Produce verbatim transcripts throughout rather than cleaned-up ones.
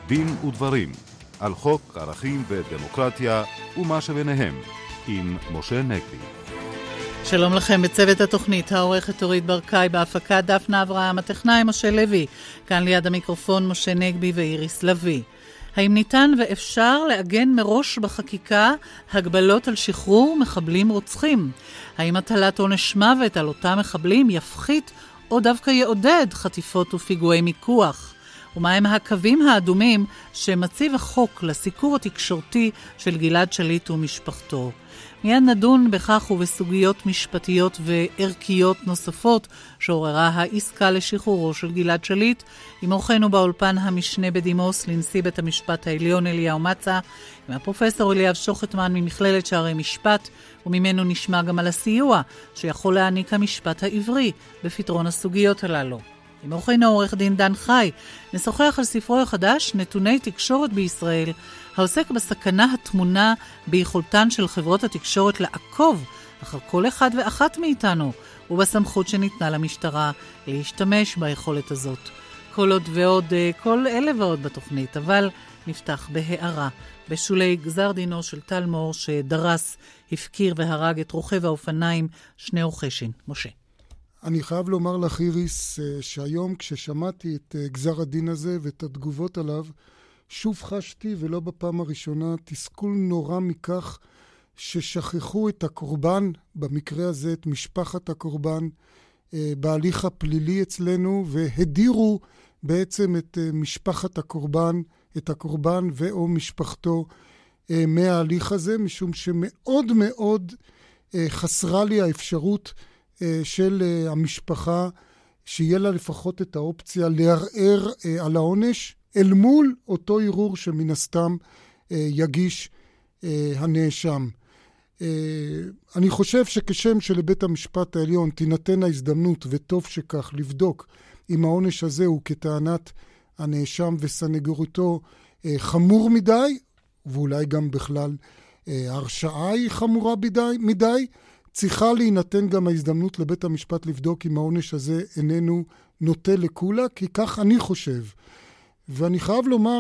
דין ודברים על חוק ערכים ודמוקרטיה ומה שביניהם עם משה נגבי. שלום לכם בצוות התוכנית, העורכת אורית ברקאי, בהפקה דפנה אברהם, הטכנאי משה לוי, כאן ליד המיקרופון משה נגבי ואיריס לוי. האם ניתן ואפשר לעגן מראש בחקיקה הגבלות על שחרור מחבלים רוצחים? האם הטלת עונש מוות על אותם מחבלים יפחית או דווקא יעודד חטיפות ופיגועי מיקוח? ומהם הקווים האדומים שמציב החוק לסיקור התקשורתי של גלעד שליט ומשפחתו? מיד נדון בכך ובסוגיות משפטיות וערכיות נוספות שעוררה העסקה לשחרורו של גלעד שליט. עם אורחנו באולפן המשנה בדימוס לנשיא בית המשפט העליון אליהו מצא, עם הפרופסור אליאב שוחטמן ממכללת שערי משפט, וממנו נשמע גם על הסיוע שיכול להעניק המשפט העברי בפתרון הסוגיות הללו. עם אורחנו עורך דין דן חי, נשוחח על ספרו החדש נתוני תקשורת בישראל, העוסק בסכנה התמונה ביכולתן של חברות התקשורת לעקוב אחר כל אחד ואחת מאיתנו, ובסמכות שניתנה למשטרה להשתמש ביכולת הזאת. כל עוד ועוד, כל אלה ועוד בתוכנית, אבל נפתח בהערה. בשולי גזר דינו של טל מור שדרס, הפקיר והרג את רוכב האופניים שני אורחשין. משה. אני חייב לומר לך איריס שהיום כששמעתי את גזר הדין הזה ואת התגובות עליו, שוב חשתי ולא בפעם הראשונה תסכול נורא מכך ששכחו את הקורבן, במקרה הזה את משפחת הקורבן, בהליך הפלילי אצלנו, והדירו בעצם את משפחת הקורבן, את הקורבן ואו משפחתו מההליך הזה, משום שמאוד מאוד חסרה לי האפשרות של המשפחה שיהיה לה לפחות את האופציה לערער על העונש אל מול אותו ערעור שמן הסתם יגיש הנאשם. אני חושב שכשם שלבית המשפט העליון תינתן ההזדמנות, וטוב שכך, לבדוק אם העונש הזה הוא כטענת הנאשם וסנגוריתו חמור מדי, ואולי גם בכלל הרשעה היא חמורה מדי, מדי, צריכה להינתן גם ההזדמנות לבית המשפט לבדוק אם העונש הזה איננו נוטה לקולה, כי כך אני חושב. ואני חייב לומר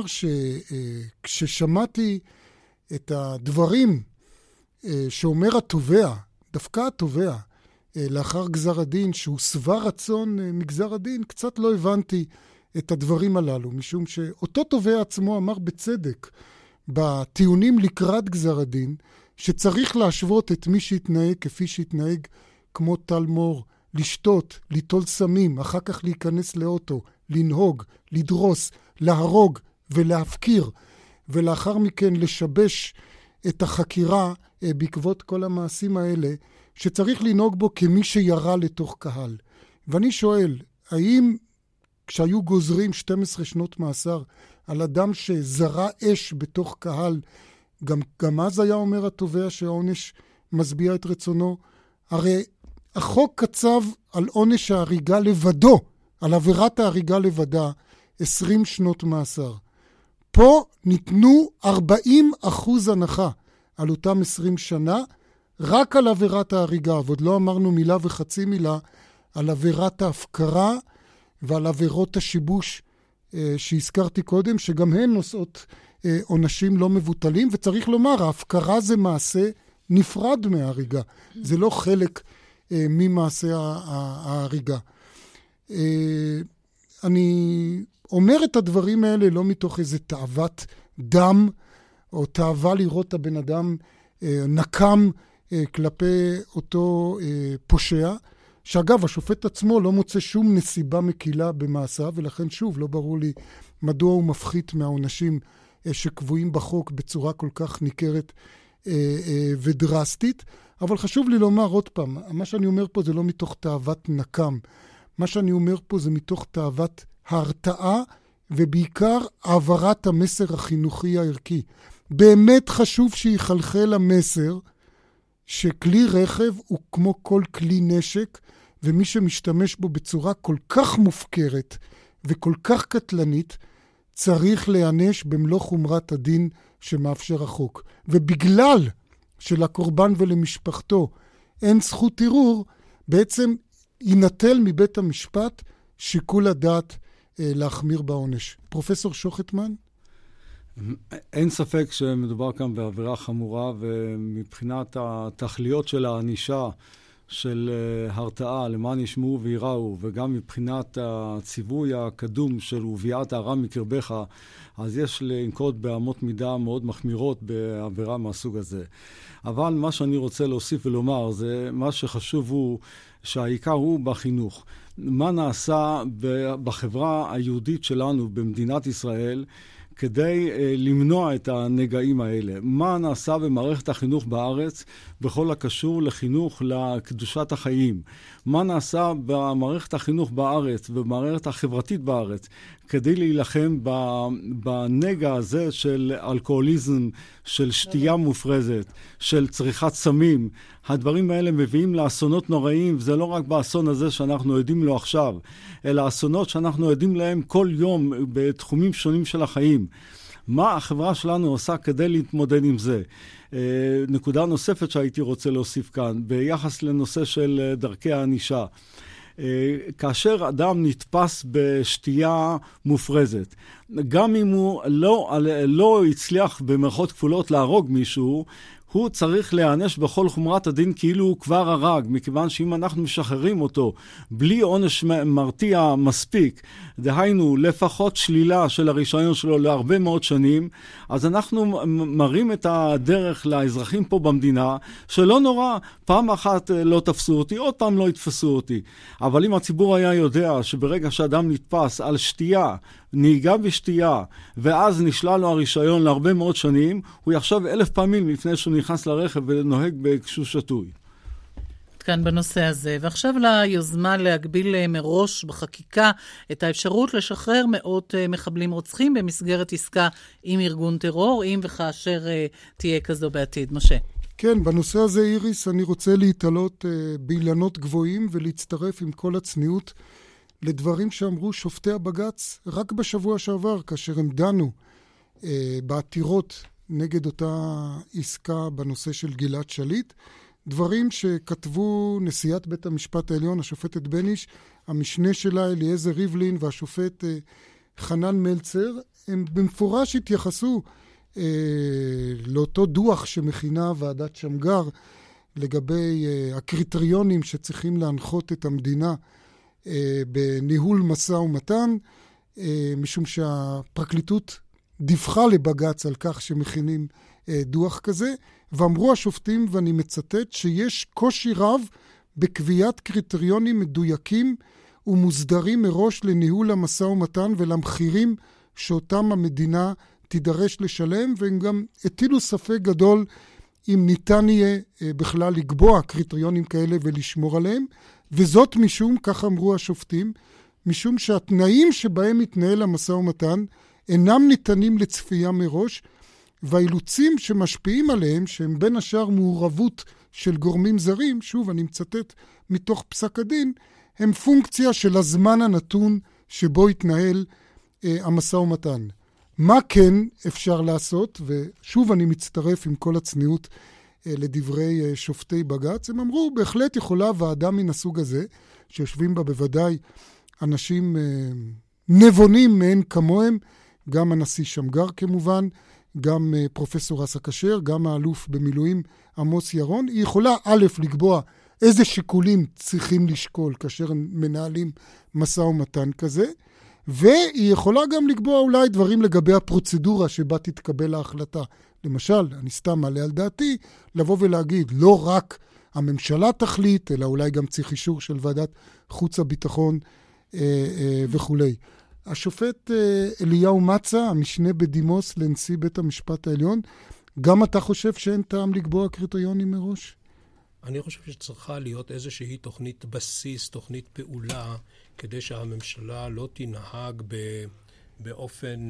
שכששמעתי את הדברים שאומר התובע, דווקא התובע, לאחר גזר הדין, שהוא שבע רצון מגזר הדין, קצת לא הבנתי את הדברים הללו, משום שאותו תובע עצמו אמר בצדק, בטיעונים לקראת גזר הדין, שצריך להשוות את מי שהתנהג כפי שהתנהג כמו טל מור, לשתות, ליטול סמים, אחר כך להיכנס לאוטו, לנהוג, לדרוס, להרוג ולהפקיר, ולאחר מכן לשבש את החקירה בעקבות כל המעשים האלה, שצריך לנהוג בו כמי שירה לתוך קהל. ואני שואל, האם כשהיו גוזרים שתים עשרה שנות מאסר על אדם שזרה אש בתוך קהל, גם, גם אז היה אומר התובע שהעונש מסביע את רצונו? הרי החוק קצב על עונש ההריגה לבדו, על עבירת ההריגה לבדה, עשרים שנות מאסר. פה ניתנו ארבעים אחוז הנחה על אותם עשרים שנה, רק על עבירת ההריגה, ועוד לא אמרנו מילה וחצי מילה, על עבירת ההפקרה ועל עבירות השיבוש אה, שהזכרתי קודם, שגם הן נושאות אה, עונשים לא מבוטלים, וצריך לומר, ההפקרה זה מעשה נפרד מההריגה, זה לא חלק אה, ממעשה ההריגה. אה, אני אומר את הדברים האלה לא מתוך איזה תאוות דם, או תאווה לראות הבן אדם אה, נקם אה, כלפי אותו אה, פושע, שאגב, השופט עצמו לא מוצא שום נסיבה מקילה במעשה, ולכן שוב, לא ברור לי מדוע הוא מפחית מהעונשים אה, שקבועים בחוק בצורה כל כך ניכרת אה, אה, ודרסטית. אבל חשוב לי לומר עוד פעם, מה שאני אומר פה זה לא מתוך תאוות נקם, מה שאני אומר פה זה מתוך תאוות ההרתעה, ובעיקר העברת המסר החינוכי הערכי. באמת חשוב שיחלחל המסר שכלי רכב הוא כמו כל כלי נשק, ומי שמשתמש בו בצורה כל כך מופקרת וכל כך קטלנית, צריך להיענש במלוא חומרת הדין שמאפשר החוק. ובגלל שלקורבן ולמשפחתו אין זכות ערעור, בעצם ינטל מבית המשפט שיקול הדעת אה, להחמיר בעונש. פרופסור שוחטמן? אין ספק שמדובר כאן בעבירה חמורה, ומבחינת התכליות של הענישה, של הרתעה, למען ישמעו ויראו, וגם מבחינת הציווי הקדום של וביאת הרע מקרבך, אז יש לנקוט באמות מידה מאוד מחמירות בעבירה מהסוג הזה. אבל מה שאני רוצה להוסיף ולומר, זה מה שחשוב הוא שהעיקר הוא בחינוך. מה נעשה בחברה היהודית שלנו במדינת ישראל כדי למנוע את הנגעים האלה? מה נעשה במערכת החינוך בארץ בכל הקשור לחינוך לקדושת החיים? מה נעשה במערכת החינוך בארץ ובמערכת החברתית בארץ כדי להילחם בנגע הזה של אלכוהוליזם, של שתייה מופרזת, של צריכת סמים? הדברים האלה מביאים לאסונות נוראים, וזה לא רק באסון הזה שאנחנו עדים לו עכשיו, אלא אסונות שאנחנו עדים להם כל יום בתחומים שונים של החיים. מה החברה שלנו עושה כדי להתמודד עם זה? נקודה נוספת שהייתי רוצה להוסיף כאן, ביחס לנושא של דרכי הענישה. כאשר אדם נתפס בשתייה מופרזת, גם אם הוא לא, לא הצליח במרכאות כפולות להרוג מישהו, הוא צריך להיענש בכל חומרת הדין כאילו הוא כבר הרג, מכיוון שאם אנחנו משחררים אותו בלי עונש מרתיע מספיק, דהיינו לפחות שלילה של הרישיון שלו להרבה מאוד שנים, אז אנחנו מראים את הדרך לאזרחים פה במדינה, שלא נורא, פעם אחת לא תפסו אותי, עוד פעם לא יתפסו אותי. אבל אם הציבור היה יודע שברגע שאדם נתפס על שתייה, נהיגה בשתייה, ואז נשלל לו הרישיון להרבה מאוד שנים, הוא יחשב אלף פעמים לפני שהוא נכנס לרכב ונוהג כשהוא שתוי. כאן בנושא הזה. ועכשיו ליוזמה להגביל מראש בחקיקה את האפשרות לשחרר מאות מחבלים רוצחים במסגרת עסקה עם ארגון טרור, אם וכאשר תהיה כזו בעתיד. משה. כן, בנושא הזה, איריס, אני רוצה להתעלות באילנות גבוהים ולהצטרף עם כל הצניעות לדברים שאמרו שופטי הבג"ץ רק בשבוע שעבר, כאשר הם דנו אה, בעתירות נגד אותה עסקה בנושא של גלעד שליט. דברים שכתבו נשיאת בית המשפט העליון, השופטת בניש, המשנה שלה אליעזר ריבלין והשופט אה, חנן מלצר, הם במפורש התייחסו אה, לאותו דוח שמכינה ועדת שמגר לגבי אה, הקריטריונים שצריכים להנחות את המדינה בניהול משא ומתן, משום שהפרקליטות דיווחה לבג"ץ על כך שמכינים דוח כזה, ואמרו השופטים, ואני מצטט, שיש קושי רב בקביעת קריטריונים מדויקים ומוסדרים מראש לניהול המשא ומתן ולמחירים שאותם המדינה תידרש לשלם, והם גם הטילו ספק גדול אם ניתן יהיה בכלל לקבוע קריטריונים כאלה ולשמור עליהם, וזאת משום, כך אמרו השופטים, משום שהתנאים שבהם מתנהל המשא ומתן אינם ניתנים לצפייה מראש, והאילוצים שמשפיעים עליהם, שהם בין השאר מעורבות של גורמים זרים, שוב אני מצטט מתוך פסק הדין, הם פונקציה של הזמן הנתון שבו יתנהל אה, המשא ומתן. מה כן אפשר לעשות, ושוב אני מצטרף עם כל הצניעות אה, לדברי אה, שופטי בג"ץ, הם אמרו, בהחלט יכולה ועדה מן הסוג הזה, שיושבים בה בוודאי אנשים אה, נבונים מעין כמוהם, גם הנשיא שמגר כמובן, גם אה, פרופסור אסא כשר, גם האלוף במילואים עמוס ירון, היא יכולה א' לקבוע איזה שיקולים צריכים לשקול כאשר הם מנהלים משא ומתן כזה, והיא יכולה גם לקבוע אולי דברים לגבי הפרוצדורה שבה תתקבל ההחלטה. למשל, אני סתם מעלה על דעתי, לבוא ולהגיד, לא רק הממשלה תחליט, אלא אולי גם צריך אישור של ועדת חוץ הביטחון אה, אה, וכו'. השופט אה, אליהו מצא, המשנה בדימוס לנשיא בית המשפט העליון, גם אתה חושב שאין טעם לקבוע קריטריונים מראש? אני חושב שצריכה להיות איזושהי תוכנית בסיס, תוכנית פעולה, כדי שהממשלה לא תנהג ב, באופן,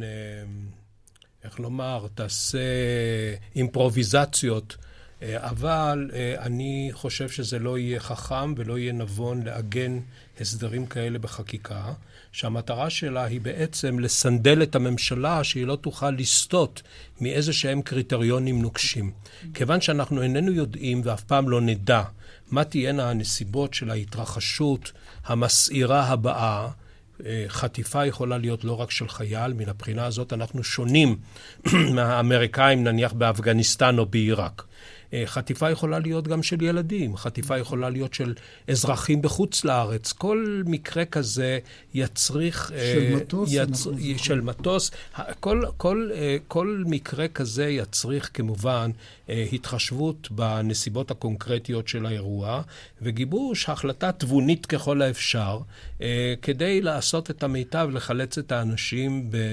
איך לומר, תעשה אימפרוביזציות, אבל אני חושב שזה לא יהיה חכם ולא יהיה נבון לעגן הסדרים כאלה בחקיקה, שהמטרה שלה היא בעצם לסנדל את הממשלה שהיא לא תוכל לסטות מאיזה שהם קריטריונים נוקשים. כיוון שאנחנו איננו יודעים ואף פעם לא נדע מה תהיינה הנסיבות של ההתרחשות המסעירה הבאה, חטיפה יכולה להיות לא רק של חייל, מן הבחינה הזאת אנחנו שונים מהאמריקאים נניח באפגניסטן או בעיראק. חטיפה יכולה להיות גם של ילדים, חטיפה יכולה להיות של אזרחים בחוץ לארץ. כל מקרה כזה יצריך... של מטוס. יצ... של מטוס. כל, כל, כל מקרה כזה יצריך כמובן התחשבות בנסיבות הקונקרטיות של האירוע, וגיבוש החלטה תבונית ככל האפשר, כדי לעשות את המיטב לחלץ את האנשים ב...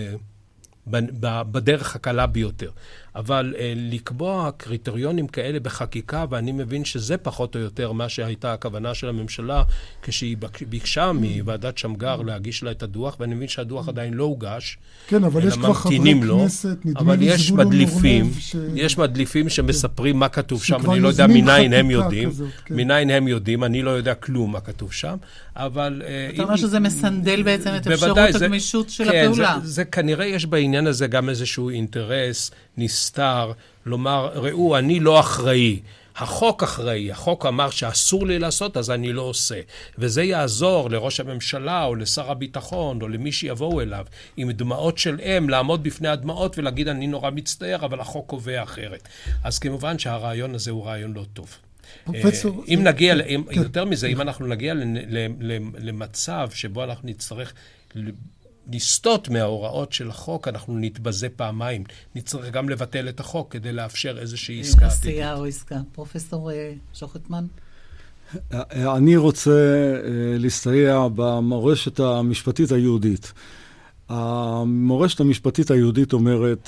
בדרך הקלה ביותר. אבל אה, לקבוע קריטריונים כאלה בחקיקה, ואני מבין שזה פחות או יותר מה שהייתה הכוונה של הממשלה, כשהיא ביקשה מוועדת שמגר להגיש לה את הדוח, ואני מבין שהדוח עדיין לא הוגש. כן, אבל יש כבר חברי כנסת, נדמה לי זבולון אורלב. ש... יש מדליפים שמספרים מה כתוב שם, אני לא יודע מניין הם יודעים, כזאת, כן. מניין הם יודעים, אני לא יודע כלום מה כתוב שם, אבל... אתה אומר שזה מסנדל בעצם את אפשרות הגמישות של הפעולה. זה כנראה יש בעניין הזה גם איזשהו אינטרס נסתר, לומר, ראו, אני לא אחראי. החוק אחראי, החוק אמר שאסור לי לעשות, אז אני לא עושה. וזה יעזור לראש הממשלה או לשר הביטחון או למי שיבואו אליו, עם דמעות של אם, לעמוד בפני הדמעות ולהגיד, אני נורא מצטער, אבל החוק קובע אחרת. אז כמובן שהרעיון הזה הוא רעיון לא טוב. פרופסור... אם נגיע, יותר מזה, אם אנחנו נגיע למצב שבו אנחנו נצטרך... לסטות מההוראות של החוק, אנחנו נתבזה פעמיים. נצטרך גם לבטל את החוק כדי לאפשר איזושהי עסקה. עשייה או עסקה. פרופסור שוחטמן? אני רוצה להסתייע במורשת המשפטית היהודית. המורשת המשפטית היהודית אומרת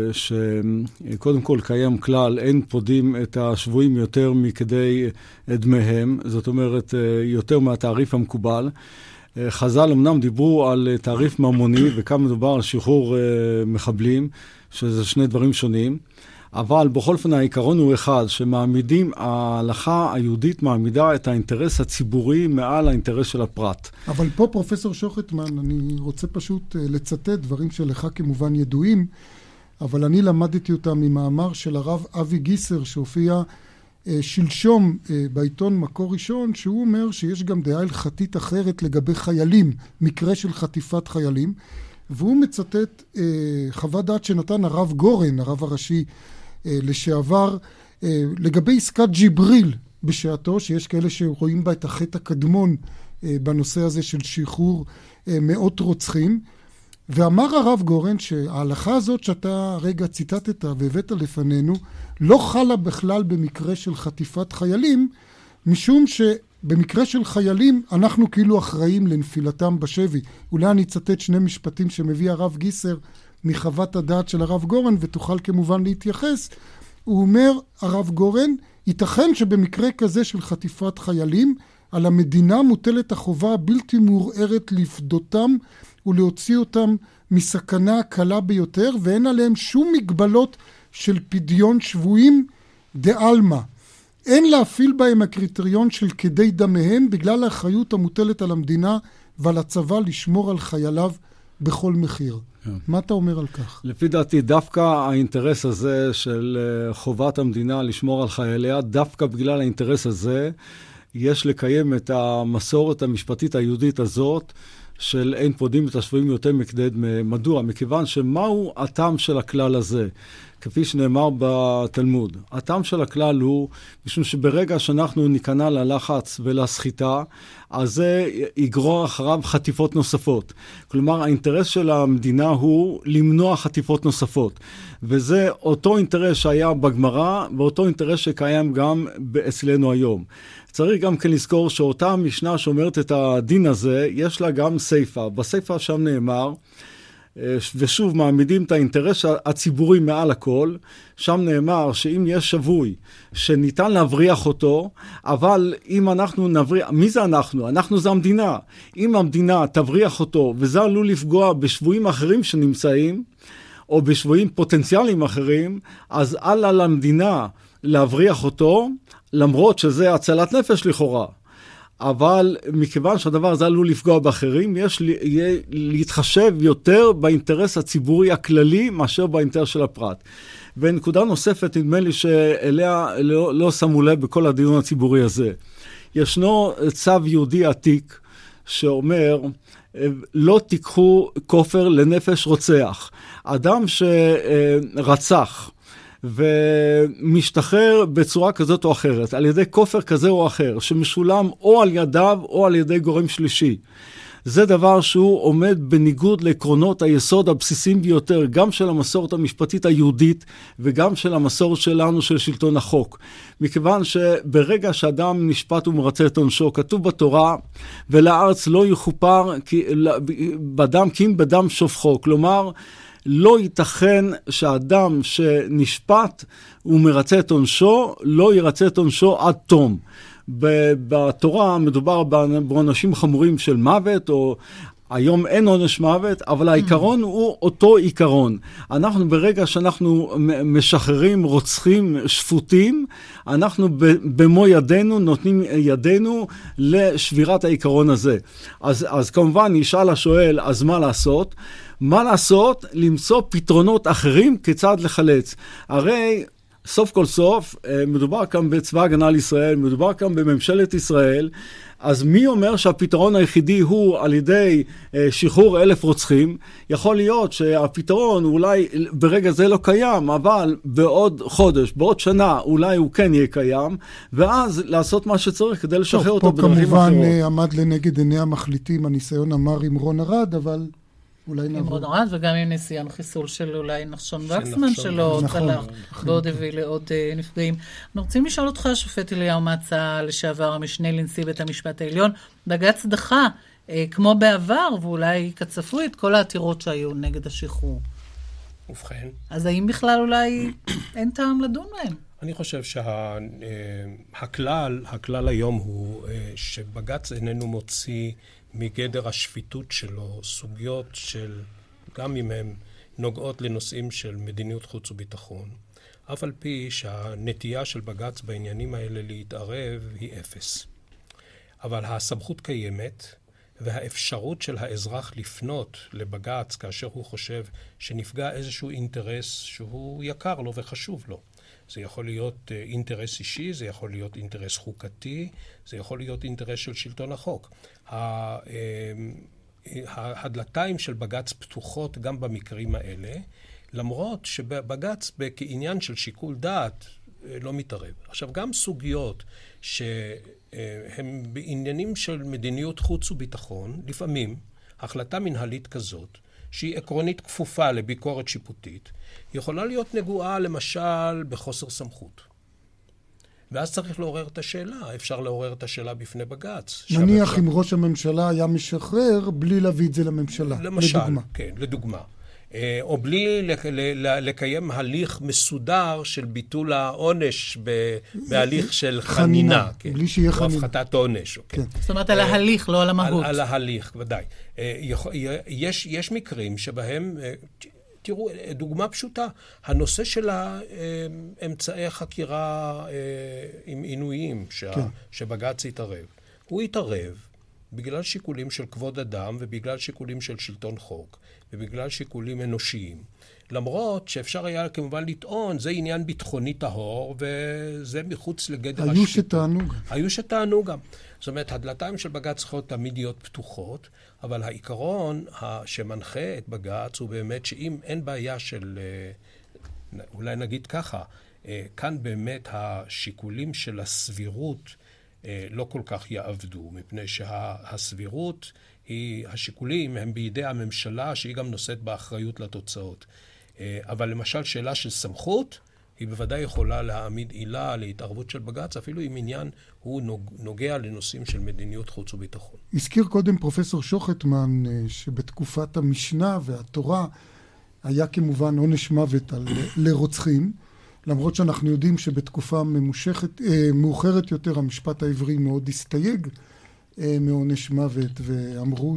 שקודם כל קיים כלל, אין פודים את השבויים יותר מכדי דמיהם, זאת אומרת יותר מהתעריף המקובל. חז"ל אמנם דיברו על תעריף ממוני, וכאן מדובר על שחרור מחבלים, שזה שני דברים שונים, אבל בכל אופן העיקרון הוא אחד, שמעמידים, ההלכה היהודית מעמידה את האינטרס הציבורי מעל האינטרס של הפרט. אבל פה פרופסור שוחטמן, אני רוצה פשוט לצטט דברים שלך כמובן ידועים, אבל אני למדתי אותם ממאמר של הרב אבי גיסר, שהופיע שלשום בעיתון מקור ראשון, שהוא אומר שיש גם דעה הלכתית אחרת לגבי חיילים, מקרה של חטיפת חיילים, והוא מצטט אה, חוות דעת שנתן הרב גורן, הרב הראשי אה, לשעבר, אה, לגבי עסקת ג'יבריל בשעתו, שיש כאלה שרואים בה את החטא הקדמון אה, בנושא הזה של שחרור אה, מאות רוצחים, ואמר הרב גורן שההלכה הזאת שאתה רגע ציטטת והבאת לפנינו, לא חלה בכלל במקרה של חטיפת חיילים, משום שבמקרה של חיילים אנחנו כאילו אחראים לנפילתם בשבי. אולי אני אצטט שני משפטים שמביא הרב גיסר מחוות הדעת של הרב גורן, ותוכל כמובן להתייחס. הוא אומר, הרב גורן, ייתכן שבמקרה כזה של חטיפת חיילים, על המדינה מוטלת החובה הבלתי מעורערת לפדותם ולהוציא אותם מסכנה קלה ביותר, ואין עליהם שום מגבלות של פדיון שבויים דאלמה. אין להפעיל בהם הקריטריון של כדי דמיהם, בגלל האחריות המוטלת על המדינה ועל הצבא לשמור על חייליו בכל מחיר. מה אתה אומר על כך? לפי דעתי, דווקא האינטרס הזה של חובת המדינה לשמור על חייליה, דווקא בגלל האינטרס הזה, יש לקיים את המסורת המשפטית היהודית הזאת, של אין פודים את השבויים יותר מכדי דמיהם. מדוע? מכיוון שמהו הטעם של הכלל הזה? כפי שנאמר בתלמוד. הטעם של הכלל הוא, משום שברגע שאנחנו ניכנע ללחץ ולסחיטה, אז זה יגרור אחריו חטיפות נוספות. כלומר, האינטרס של המדינה הוא למנוע חטיפות נוספות. וזה אותו אינטרס שהיה בגמרא, ואותו אינטרס שקיים גם אצלנו היום. צריך גם כן לזכור שאותה המשנה שאומרת את הדין הזה, יש לה גם סייפה. בסייפה שם נאמר, ושוב מעמידים את האינטרס הציבורי מעל הכל, שם נאמר שאם יש שבוי שניתן להבריח אותו, אבל אם אנחנו נבריח, מי זה אנחנו? אנחנו זה המדינה. אם המדינה תבריח אותו, וזה עלול לפגוע בשבויים אחרים שנמצאים, או בשבויים פוטנציאליים אחרים, אז על על המדינה להבריח אותו, למרות שזה הצלת נפש לכאורה. אבל מכיוון שהדבר הזה עלול לפגוע באחרים, יש לי, להתחשב יותר באינטרס הציבורי הכללי מאשר באינטרס של הפרט. ונקודה נוספת, נדמה לי שאליה לא, לא שמו לב בכל הדיון הציבורי הזה. ישנו צו יהודי עתיק שאומר, לא תיקחו כופר לנפש רוצח. אדם שרצח ומשתחרר בצורה כזאת או אחרת, על ידי כופר כזה או אחר, שמשולם או על ידיו או על ידי גורם שלישי, זה דבר שהוא עומד בניגוד לעקרונות היסוד הבסיסיים ביותר, גם של המסורת המשפטית היהודית וגם של המסורת שלנו של שלטון החוק. מכיוון שברגע שאדם נשפט ומרצה את עונשו, כתוב בתורה, ולארץ לא יכופר כי, בדם כי אם בדם שופכו. כלומר, לא ייתכן שאדם שנשפט ומרצה את עונשו, לא ירצה את עונשו עד תום. בתורה מדובר בעונשים חמורים של מוות, או היום אין עונש מוות, אבל העיקרון הוא אותו עיקרון. אנחנו ברגע שאנחנו משחררים רוצחים שפוטים, אנחנו במו ידינו נותנים ידינו לשבירת העיקרון הזה. אז, אז כמובן נשאל השואל, אז מה לעשות? מה לעשות? למצוא פתרונות אחרים כיצד לחלץ. הרי סוף כל סוף, מדובר כאן בצבא הגנה לישראל, מדובר כאן בממשלת ישראל, אז מי אומר שהפתרון היחידי הוא על ידי שחרור אלף רוצחים? יכול להיות שהפתרון אולי ברגע זה לא קיים, אבל בעוד חודש, בעוד שנה, אולי הוא כן יהיה קיים, ואז לעשות מה שצריך כדי לשחרר אותו בדרכים אחרות. פה כמובן עמד לנגד עיני המחליטים הניסיון אמר עם רון ארד, אבל עם רון ארד וגם עם ניסיון חיסול של אולי נחשון וקסמן שלו, צלח, ועוד הביא לעוד נפגעים. אנחנו רוצים לשאול אותך, השופט אליהו מצא לשעבר המשנה לנשיא בית המשפט העליון, בג"ץ דחה, כמו בעבר, ואולי כצפוי את כל העתירות שהיו נגד השחרור. ובכן. אז האם בכלל אולי אין טעם לדון בהם? אני חושב שהכלל, הכלל היום הוא שבג"ץ איננו מוציא מגדר השפיטות שלו, סוגיות של, גם אם הן נוגעות לנושאים של מדיניות חוץ וביטחון, אף על פי שהנטייה של בג"ץ בעניינים האלה להתערב היא אפס. אבל הסמכות קיימת, והאפשרות של האזרח לפנות לבג"ץ כאשר הוא חושב שנפגע איזשהו אינטרס שהוא יקר לו וחשוב לו. זה יכול להיות אינטרס אישי, זה יכול להיות אינטרס חוקתי, זה יכול להיות אינטרס של שלטון החוק. הדלתיים של בג"ץ פתוחות גם במקרים האלה, למרות שבג"ץ כעניין של שיקול דעת לא מתערב. עכשיו, גם סוגיות שהן בעניינים של מדיניות חוץ וביטחון, לפעמים החלטה מנהלית כזאת, שהיא עקרונית כפופה לביקורת שיפוטית, יכולה להיות נגועה למשל בחוסר סמכות. ואז צריך לעורר את השאלה, אפשר לעורר את השאלה בפני בג"ץ. נניח אם ראש הממשלה היה משחרר בלי להביא את זה לממשלה, למשל, לדוגמה. כן, לדוגמה. או בלי לקיים הליך מסודר של ביטול העונש בהליך של חנינה. בלי שיהיה חנינה. או הפחתת עונש. זאת אומרת על ההליך, לא על המהות. על ההליך, ודאי. יש מקרים שבהם, תראו, דוגמה פשוטה, הנושא של אמצעי חקירה עם עינויים שבג"ץ יתערב. הוא יתערב בגלל שיקולים של כבוד אדם ובגלל שיקולים של שלטון חוק. ובגלל שיקולים אנושיים. למרות שאפשר היה כמובן לטעון, זה עניין ביטחוני טהור, וזה מחוץ לגדר השפיטות. היו שטענו גם. היו שטענו גם. זאת אומרת, הדלתיים של בג"ץ צריכות תמיד להיות פתוחות, אבל העיקרון שמנחה את בג"ץ הוא באמת שאם אין בעיה של, אולי נגיד ככה, כאן באמת השיקולים של הסבירות לא כל כך יעבדו, מפני שהסבירות היא, השיקולים הם בידי הממשלה שהיא גם נושאת באחריות לתוצאות. אבל למשל שאלה של סמכות, היא בוודאי יכולה להעמיד עילה להתערבות של בג"ץ, אפילו אם עניין הוא נוגע לנושאים של מדיניות חוץ וביטחון. הזכיר קודם פרופסור שוחטמן שבתקופת המשנה והתורה היה כמובן עונש מוות על, לרוצחים, למרות שאנחנו יודעים שבתקופה ממושכת, מאוחרת יותר המשפט העברי מאוד הסתייג מעונש מוות, ואמרו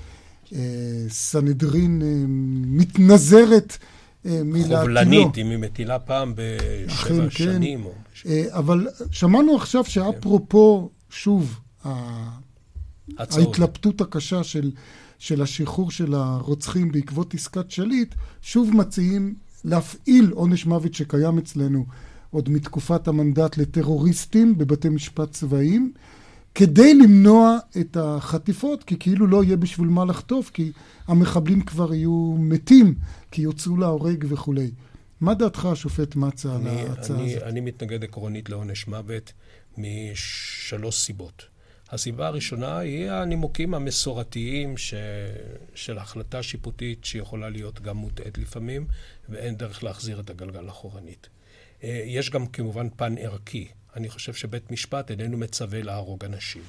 שסנהדרין מתנזרת מלהטילו. חובלנית, אם היא מטילה פעם בשבע שנים. או... אבל שמענו עכשיו שאפרופו, שוב, ההתלבטות הקשה של, של השחרור של הרוצחים בעקבות עסקת שליט, שוב מציעים להפעיל עונש מוות שקיים אצלנו עוד מתקופת המנדט לטרוריסטים בבתי משפט צבאיים, כדי למנוע את החטיפות, כי כאילו לא יהיה בשביל מה לחטוף, כי המחבלים כבר יהיו מתים, כי יוצאו להורג וכו'. מה דעתך, השופט מצא, על ההצעה הזאת? אני מתנגד עקרונית לעונש מוות משלוש סיבות. הסיבה הראשונה היא הנימוקים המסורתיים ש... של החלטה שיפוטית שיכולה להיות גם מוטעת לפעמים, ואין דרך להחזיר את הגלגל אחורנית. יש גם כמובן פן ערכי. אני חושב שבית משפט איננו מצווה להרוג אנשים.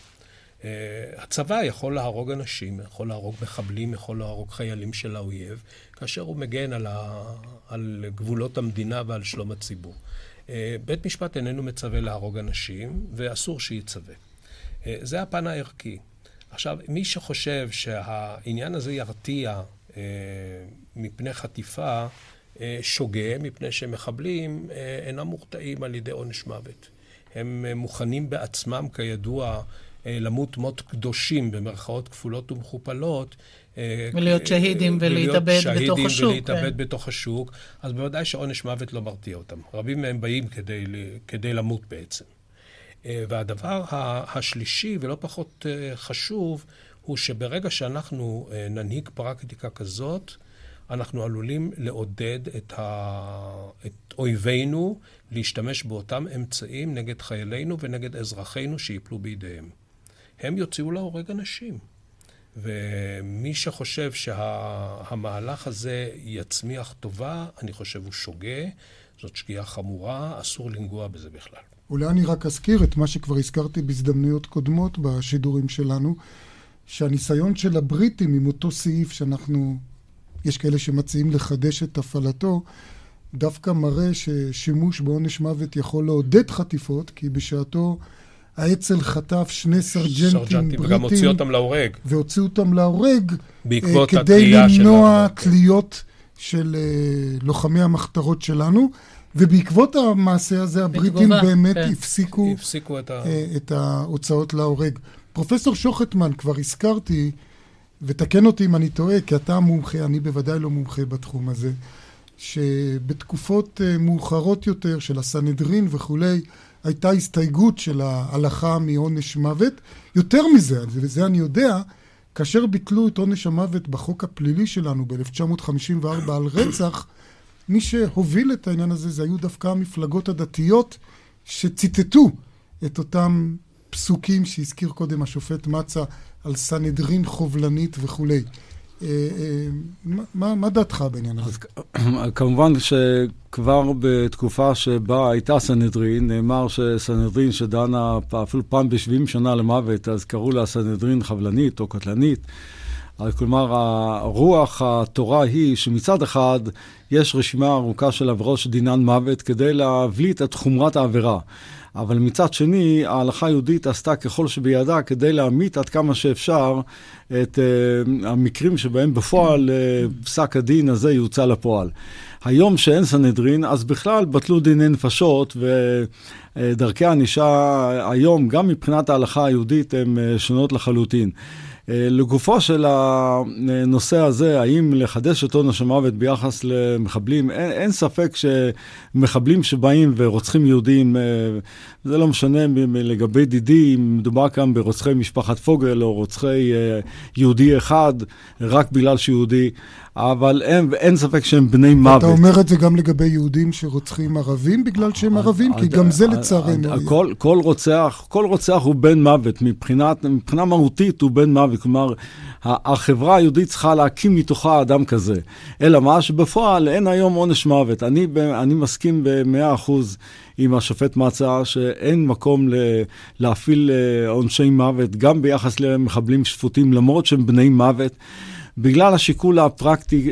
הצבא יכול להרוג אנשים, יכול להרוג מחבלים, יכול להרוג חיילים של האויב, כאשר הוא מגן על, ה... על גבולות המדינה ועל שלום הציבור. בית משפט איננו מצווה להרוג אנשים, ואסור שיצווה. זה הפן הערכי. עכשיו, מי שחושב שהעניין הזה ירתיע אה, מפני חטיפה, אה, שוגה, מפני שמחבלים אה, אינם מורתעים על ידי עונש מוות. הם אה, מוכנים בעצמם, כידוע, אה, למות מות קדושים, במרכאות כפולות ומכופלות, אה, ולהיות שהידים אה, ולהתאבד בתוך השוק. ולהתאבד כן. בתוך השוק, אז בוודאי שעונש מוות לא מרתיע אותם. רבים מהם באים כדי, כדי למות בעצם. והדבר השלישי, ולא פחות חשוב, הוא שברגע שאנחנו ננהיג פרקטיקה כזאת, אנחנו עלולים לעודד את, ה... את אויבינו להשתמש באותם אמצעים נגד חיילינו ונגד אזרחינו שיפלו בידיהם. הם יוציאו להורג אנשים. ומי שחושב שהמהלך הזה יצמיח טובה, אני חושב הוא שוגה, זאת שגיאה חמורה, אסור לנגוע בזה בכלל. אולי אני רק אזכיר את מה שכבר הזכרתי בהזדמנויות קודמות בשידורים שלנו, שהניסיון של הבריטים עם אותו סעיף שאנחנו, יש כאלה שמציעים לחדש את הפעלתו, דווקא מראה ששימוש בעונש מוות יכול לעודד חטיפות, כי בשעתו האצ"ל חטף שני סרג'נטים בריטים, וגם הוציא אותם להורג. והוציא אותם להורג, בעקבות כדי התלייה של למנוע תליות של לוחמי המחתרות שלנו. ובעקבות המעשה הזה, הבריטים בתגובה, באמת כן. הפסיקו, הפסיקו את, ה... את ההוצאות להורג. פרופסור שוחטמן, כבר הזכרתי, ותקן אותי אם אני טועה, כי אתה מומחה, אני בוודאי לא מומחה בתחום הזה, שבתקופות מאוחרות יותר של הסנהדרין וכולי, הייתה הסתייגות של ההלכה מעונש מוות. יותר מזה, וזה אני יודע, כאשר ביטלו את עונש המוות בחוק הפלילי שלנו ב-אלף תשע מאות חמישים וארבע על רצח, מי שהוביל את העניין הזה, זה היו דווקא המפלגות הדתיות שציטטו את אותם פסוקים שהזכיר קודם השופט מצא על סנהדרין חובלנית וכו'. מה, מה דעתך בעניין הזה? אז כמובן שכבר בתקופה שבה הייתה סנהדרין, נאמר שסנהדרין שדנה אפילו פעם ב-שבעים שנה למוות, אז קראו לה סנהדרין חבלנית או קטלנית. כלומר, הרוח התורה היא שמצד אחד יש רשימה ארוכה של עבירות שדינן מוות כדי להבליט את חומרת העבירה. אבל מצד שני, ההלכה היהודית עשתה ככל שבידה כדי להעמיד עד כמה שאפשר את uh, המקרים שבהם בפועל uh, פסק הדין הזה יוצא לפועל. היום שאין סנהדרין, אז בכלל בטלו דיני נפשות, ודרכי הענישה היום, גם מבחינת ההלכה היהודית, הן שונות לחלוטין. לגופו של הנושא הזה, האם לחדש את עונש המוות ביחס למחבלים, אין, אין ספק שמחבלים שבאים ורוצחים יהודים, זה לא משנה לגבי דידי, אם מדובר כאן ברוצחי משפחת פוגל או רוצחי יהודי אחד, רק בגלל שיהודי, אבל אין, אין ספק שהם בני מוות. אתה אומר את זה גם לגבי יהודים שרוצחים ערבים בגלל שהם ערבים? כי גם זה לצערנו. כל, כל רוצח, כל רוצח הוא בן מוות, מבחינת, מבחינה מהותית הוא בן מוות, כלומר, החברה היהודית צריכה להקים מתוכה אדם כזה. אלא מה שבפועל אין היום עונש מוות. אני, אני מסכים במאה אחוז עם השופט מצא שאין מקום להפעיל עונשי מוות, גם ביחס למחבלים שפוטים, למרות שהם בני מוות. בגלל השיקול הפרקטי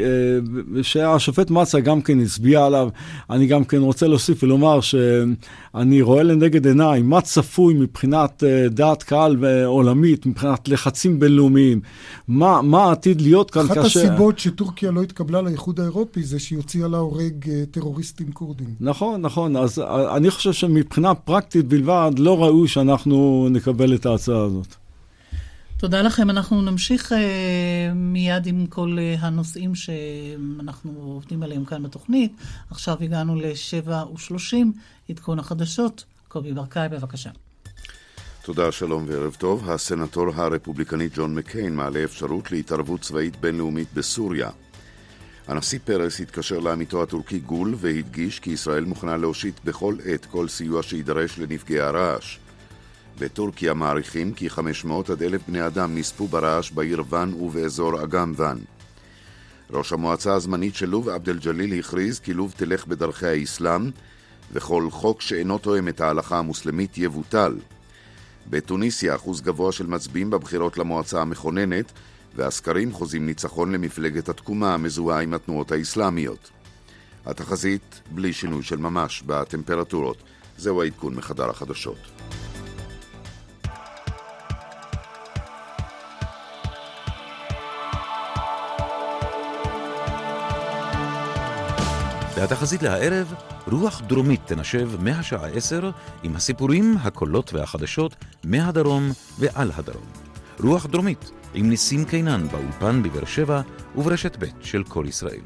שהשופט מצא גם כן הצביע עליו, אני גם כן רוצה להוסיף ולומר שאני רואה לנגד עיניי מה צפוי מבחינת דעת קהל עולמית, מבחינת לחצים בינלאומיים, מה, מה עתיד להיות כאן אחת כאשר... אחת הסיבות שטורקיה לא התקבלה לאיחוד האירופי זה שהיא הוציאה להורג טרוריסטים קורדים. נכון, נכון. אז אני חושב שמבחינה פרקטית בלבד לא ראוי שאנחנו נקבל את ההצעה הזאת. תודה לכם. אנחנו נמשיך uh, מיד עם כל uh, הנושאים שאנחנו עובדים עליהם כאן בתוכנית. עכשיו הגענו ל-שבע ושלושים, עדכון החדשות. קובי ברקאי, בבקשה. תודה, שלום וערב טוב. הסנטור הרפובליקני ג'ון מקיין מעלה אפשרות להתערבות צבאית בינלאומית בסוריה. הנשיא פרס התקשר לעמיתו הטורקי גול והדגיש כי ישראל מוכנה להושיט בכל עת כל סיוע שידרש לנפגעי הרעש. בטורקיה מעריכים כי חמש מאות עד אלף בני אדם נספו ברעש בעיר ון ובאזור אגם ון. ראש המועצה הזמנית של לוב עבד אל ג'ליל הכריז כי לוב תלך בדרכי האסלאם וכל חוק שאינו תואם את ההלכה המוסלמית יבוטל. בתוניסיה אחוז גבוה של מצביעים בבחירות למועצה המכוננת, והסקרים חוזים ניצחון למפלגת התקומה המזוהה עם התנועות האסלאמיות. התחזית בלי שינוי של ממש בטמפרטורות. זהו העדכון מחדר החדשות. והתחזית להערב, רוח דרומית תנשב מהשעה עשר עם הסיפורים, הקולות והחדשות מהדרום ועל הדרום. רוח דרומית עם ניסים קינן באולפן בבאר שבע וברשת ב' של כל ישראל.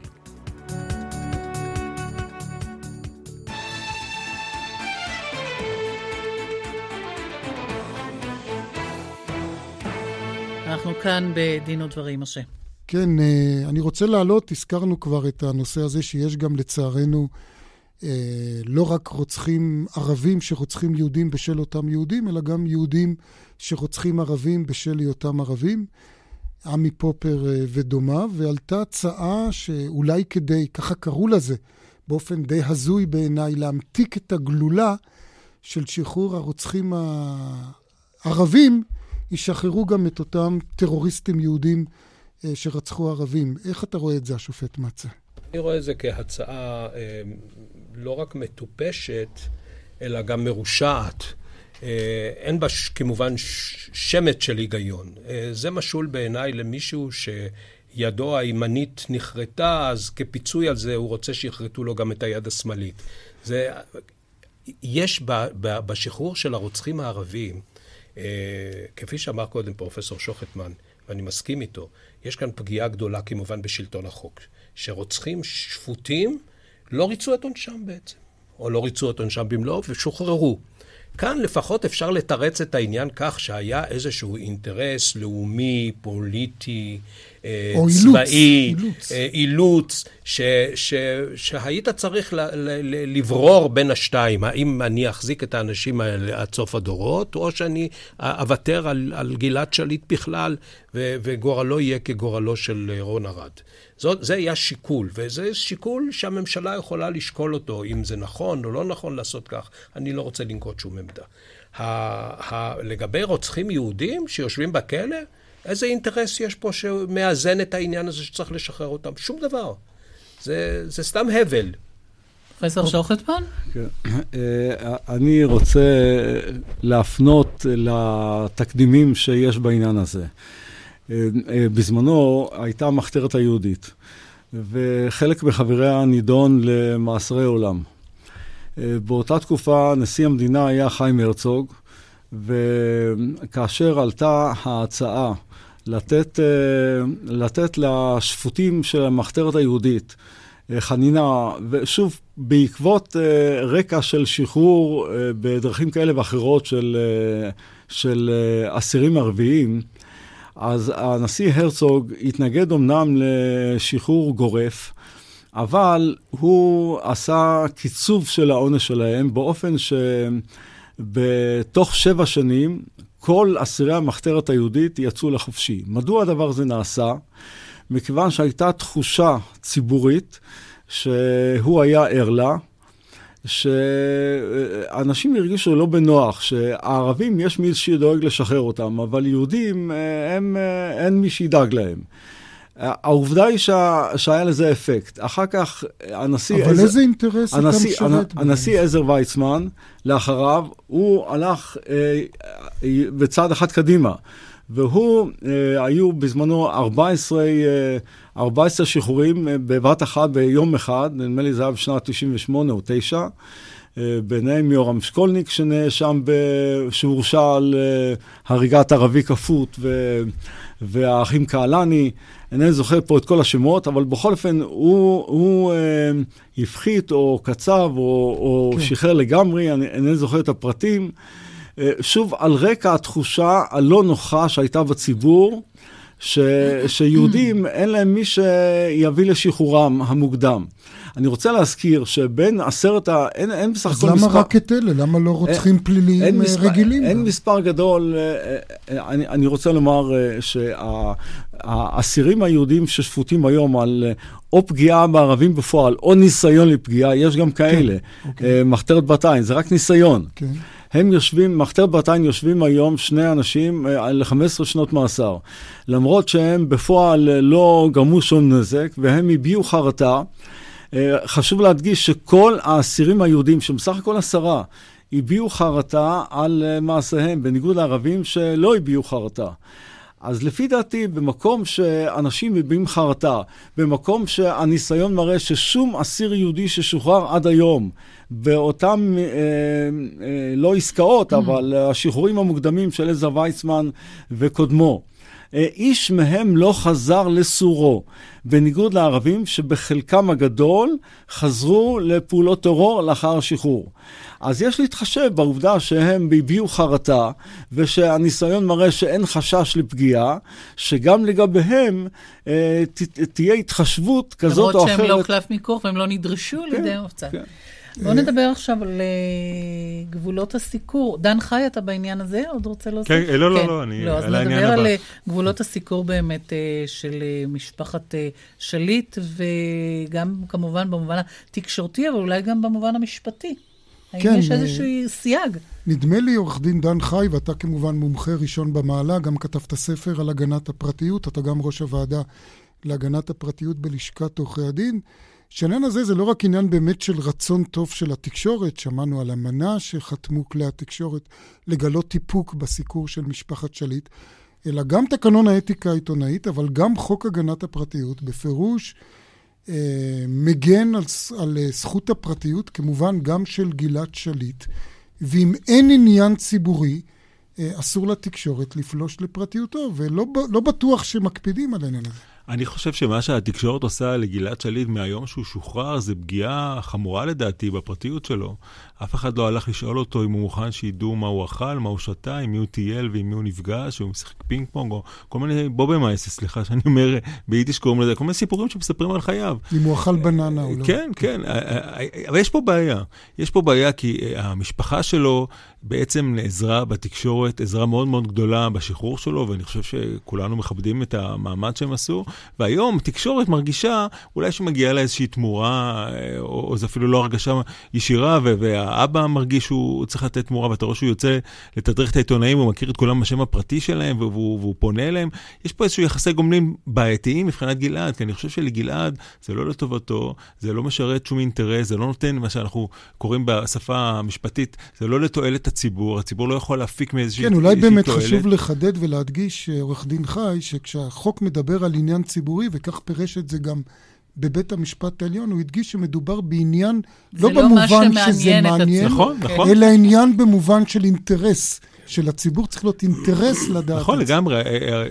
אנחנו כאן בדין ודברים, משה. כן, אני רוצה להעלות, הזכרנו כבר את הנושא הזה שיש גם לצערנו לא רק רוצחים ערבים שרוצחים יהודים בשל אותם יהודים, אלא גם יהודים שרוצחים ערבים בשל היותם ערבים, עמי פופר ודומה, ועלתה הצעה שאולי כדי, ככה קראו לזה, באופן די הזוי בעיניי, להמתיק את הגלולה של שחרור הרוצחים הערבים, ישחררו גם את אותם טרוריסטים יהודים שרצחו ערבים. איך אתה רואה את זה, השופט מצא? אני רואה את זה כהצעה לא רק מטופשת, אלא גם מרושעת. אין בה כמובן שמץ של היגיון. זה משול בעיניי למישהו שידו הימנית נחרטה, אז כפיצוי על זה הוא רוצה שיחרטו לו גם את היד השמאלית. זה, יש ב, ב, בשחרור של הרוצחים הערבים, כפי שאמר קודם פרופסור שוחטמן, ואני מסכים איתו, יש כאן פגיעה גדולה כמובן בשלטון החוק, שרוצחים שפוטים לא ריצו את עונשם בעצם, או לא ריצו את עונשם במלואו ושוחררו. כאן לפחות אפשר לתרץ את העניין כך שהיה איזשהו אינטרס לאומי, פוליטי, צבאי, אילוץ, אילוץ ש, ש, שהיית צריך ל, ל, לברור בין השתיים, האם אני אחזיק את האנשים האלה עד סוף הדורות, או שאני אוותר על, על גלעד שליט בכלל, ו, וגורלו יהיה כגורלו של רון ארד. זאת, זה היה שיקול, וזה שיקול שהממשלה יכולה לשקול אותו, אם זה נכון או לא נכון לעשות כך. אני לא רוצה לנקוט שום עמדה. ה, ה, לגבי רוצחים יהודים שיושבים בכלא, איזה אינטרס יש פה שמאזן את העניין הזה שצריך לשחרר אותם? שום דבר. זה, זה סתם הבל. פרופסור שוחטמן? אני רוצה להפנות לתקדימים שיש בעניין הזה. בזמנו הייתה המחתרת היהודית, וחלק מחבריה נידון למאסרי עולם. באותה תקופה נשיא המדינה היה חיים הרצוג, וכאשר עלתה ההצעה לתת, לתת לשפוטים של המחתרת היהודית חנינה, ושוב, בעקבות רקע של שחרור בדרכים כאלה ואחרות של, של אסירים ערביים, אז הנשיא הרצוג התנגד אמנם לשחרור גורף, אבל הוא עשה קיצוב של העונש שלהם באופן שבתוך שבע שנים כל אסירי המחתרת היהודית יצאו לחופשי. מדוע הדבר הזה נעשה? מכיוון שהייתה תחושה ציבורית שהוא היה ער לה, שאנשים הרגישו לא בנוח, שהערבים יש מי שדואג לשחרר אותם, אבל יהודים הם, אין מי שידאג להם. העובדה היא שה, שהיה לזה אפקט. אחר כך הנשיא... אבל איזה אינטרס אתה משרת? הנשיא עזר ויצמן, לאחריו, הוא הלך אה, בצד אחד קדימה, והוא, אה, היו בזמנו ארבע עשרה, אה, ארבע עשרה שחרורים אה, בבת אחת ביום אחד, נדמה לי זה היה בשנת תשעים ושמונה או תשע, אה, ביניהם יורם שקולניק שנאשם, שהורשע על אה, הריגת ערבי כפות, ו, והאחים קהלני, אינני זוכר פה את כל השמות, אבל בכל אופן הוא, הוא אה, הפחית או קצב או, או כן. שחרר לגמרי, אני אינני זוכר את הפרטים, שוב, על רקע התחושה הלא נוחה שהייתה בציבור, ש, שיהודים אין להם מי שיביא לשחרורם המוקדם. אני רוצה להזכיר שבין עשרת ה... אין, אין בסך אז הכל למה מספר... רק את אלה? למה לא רוצחים אין, פליליים אין מספר, רגילים? אין מספר גדול. אני, אני רוצה לומר שהאסירים היהודים ששפוטים היום על או פגיעה בערבים בפועל, או ניסיון לפגיעה, יש גם כאלה. כן, אוקיי. מחתרת בת עין, זה רק ניסיון. כן. הם יושבים, מחתרת בת עין יושבים היום שני אנשים על חמש עשרה שנות מאסר. למרות שהם בפועל לא גרמו שום נזק, והם הביעו חרטה. חשוב להדגיש שכל האסירים היהודים, שבסך הכל עשרה, הביעו חרטה על מעשיהם, בניגוד לערבים שלא הביעו חרטה. אז לפי דעתי, במקום שאנשים מביעים חרטה, במקום שהניסיון מראה ששום אסיר יהודי ששוחרר עד היום, באותם, אה, אה, לא עסקאות, mm. אבל השחרורים המוקדמים של עזר ויצמן וקודמו, אה, איש מהם לא חזר לסורו, בניגוד לערבים שבחלקם הגדול חזרו לפעולות טרור לאחר השחרור. אז יש להתחשב בעובדה שהם הביעו חרטה, ושהניסיון מראה שאין חשש לפגיעה, שגם לגביהם אה, ת, תהיה התחשבות כזאת או אחרת. למרות שהם לא קלף מיקור והם לא נדרשו כן, לידי מבצע. כן. בואו נדבר עכשיו על גבולות הסיקור. דן חי, אתה בעניין הזה? עוד רוצה להוסיף? כן, לא, לא, לא, אני... לא, אז נדבר על גבולות הסיקור באמת של משפחת שליט, וגם כמובן במובן התקשורתי, אבל אולי גם במובן המשפטי. האם יש איזשהו סייג? נדמה לי, עורך דין דן חי, ואתה כמובן מומחה ראשון במעלה, גם כתבת ספר על הגנת הפרטיות, אתה גם ראש הוועדה להגנת הפרטיות בלשכת עורכי הדין. שהעניין הזה זה לא רק עניין באמת של רצון טוב של התקשורת, שמענו על אמנה שחתמו כלי התקשורת לגלות טיפוק בסיקור של משפחת שליט, אלא גם תקנון האתיקה העיתונאית, אבל גם חוק הגנת הפרטיות, בפירוש אה, מגן על, על זכות הפרטיות, כמובן גם של גלעד שליט, ואם אין עניין ציבורי, אה, אסור לתקשורת לפלוש לפרטיותו, ולא לא בטוח שמקפידים על העניין הזה. אני חושב שמה שהתקשורת עושה לגלעד שליט מהיום שהוא שוחרר, זה פגיעה חמורה לדעתי בפרטיות שלו. אף אחד לא הלך לשאול אותו אם הוא מוכן שידעו מה הוא אכל, מה הוא שתה, עם מי הוא טייל ועם מי הוא נפגש, או הוא משחק פינג פונג, או כל מיני בובי מייסס, סליחה שאני אומר, ביידיש קוראים לזה, כל מיני סיפורים שמספרים על חייו. אם הוא אכל בננה או לא. כן, כן, אבל יש פה בעיה. יש פה בעיה כי המשפחה שלו בעצם נעזרה בתקשורת, עזרה מאוד מאוד גדולה בשחרור שלו, ואני חושב שכולנו מכבדים את המאמץ שהם עשו, והיום תקשורת מרגישה אולי שמגיעה לה איזושהי תמורה, או, או זה אפילו לא הרגשה ישירה, והאבא מרגיש שהוא צריך לתת תמורה, ואתה רואה שהוא יוצא לתדרך את העיתונאים, הוא מכיר את כולם בשם הפרטי שלהם, והוא, והוא פונה אליהם. יש פה איזשהו יחסי גומלין בעייתיים מבחינת גלעד, כי אני חושב שלגלעד זה לא לטובתו, זה לא משרת שום אינטרס, זה לא נותן מה שאנחנו קוראים בשפה המשפטית, זה לא לתועלת הציבור, הציבור לא יכול להפיק מאיזושהי תועלת. כן, אולי באמת תועלת. חשוב לחדד ולהדגיש, עורך דין חי, שכשהחוק מדבר על עניין ציבורי, וכך פירש את זה גם בבית המשפט העליון, הוא הדגיש שמדובר בעניין, לא לא במובן שזה מעניין, נכון, נכון. אלא עניין במובן של אינטרס. של הציבור צריך להיות אינטרס לדעת. נכון, לגמרי.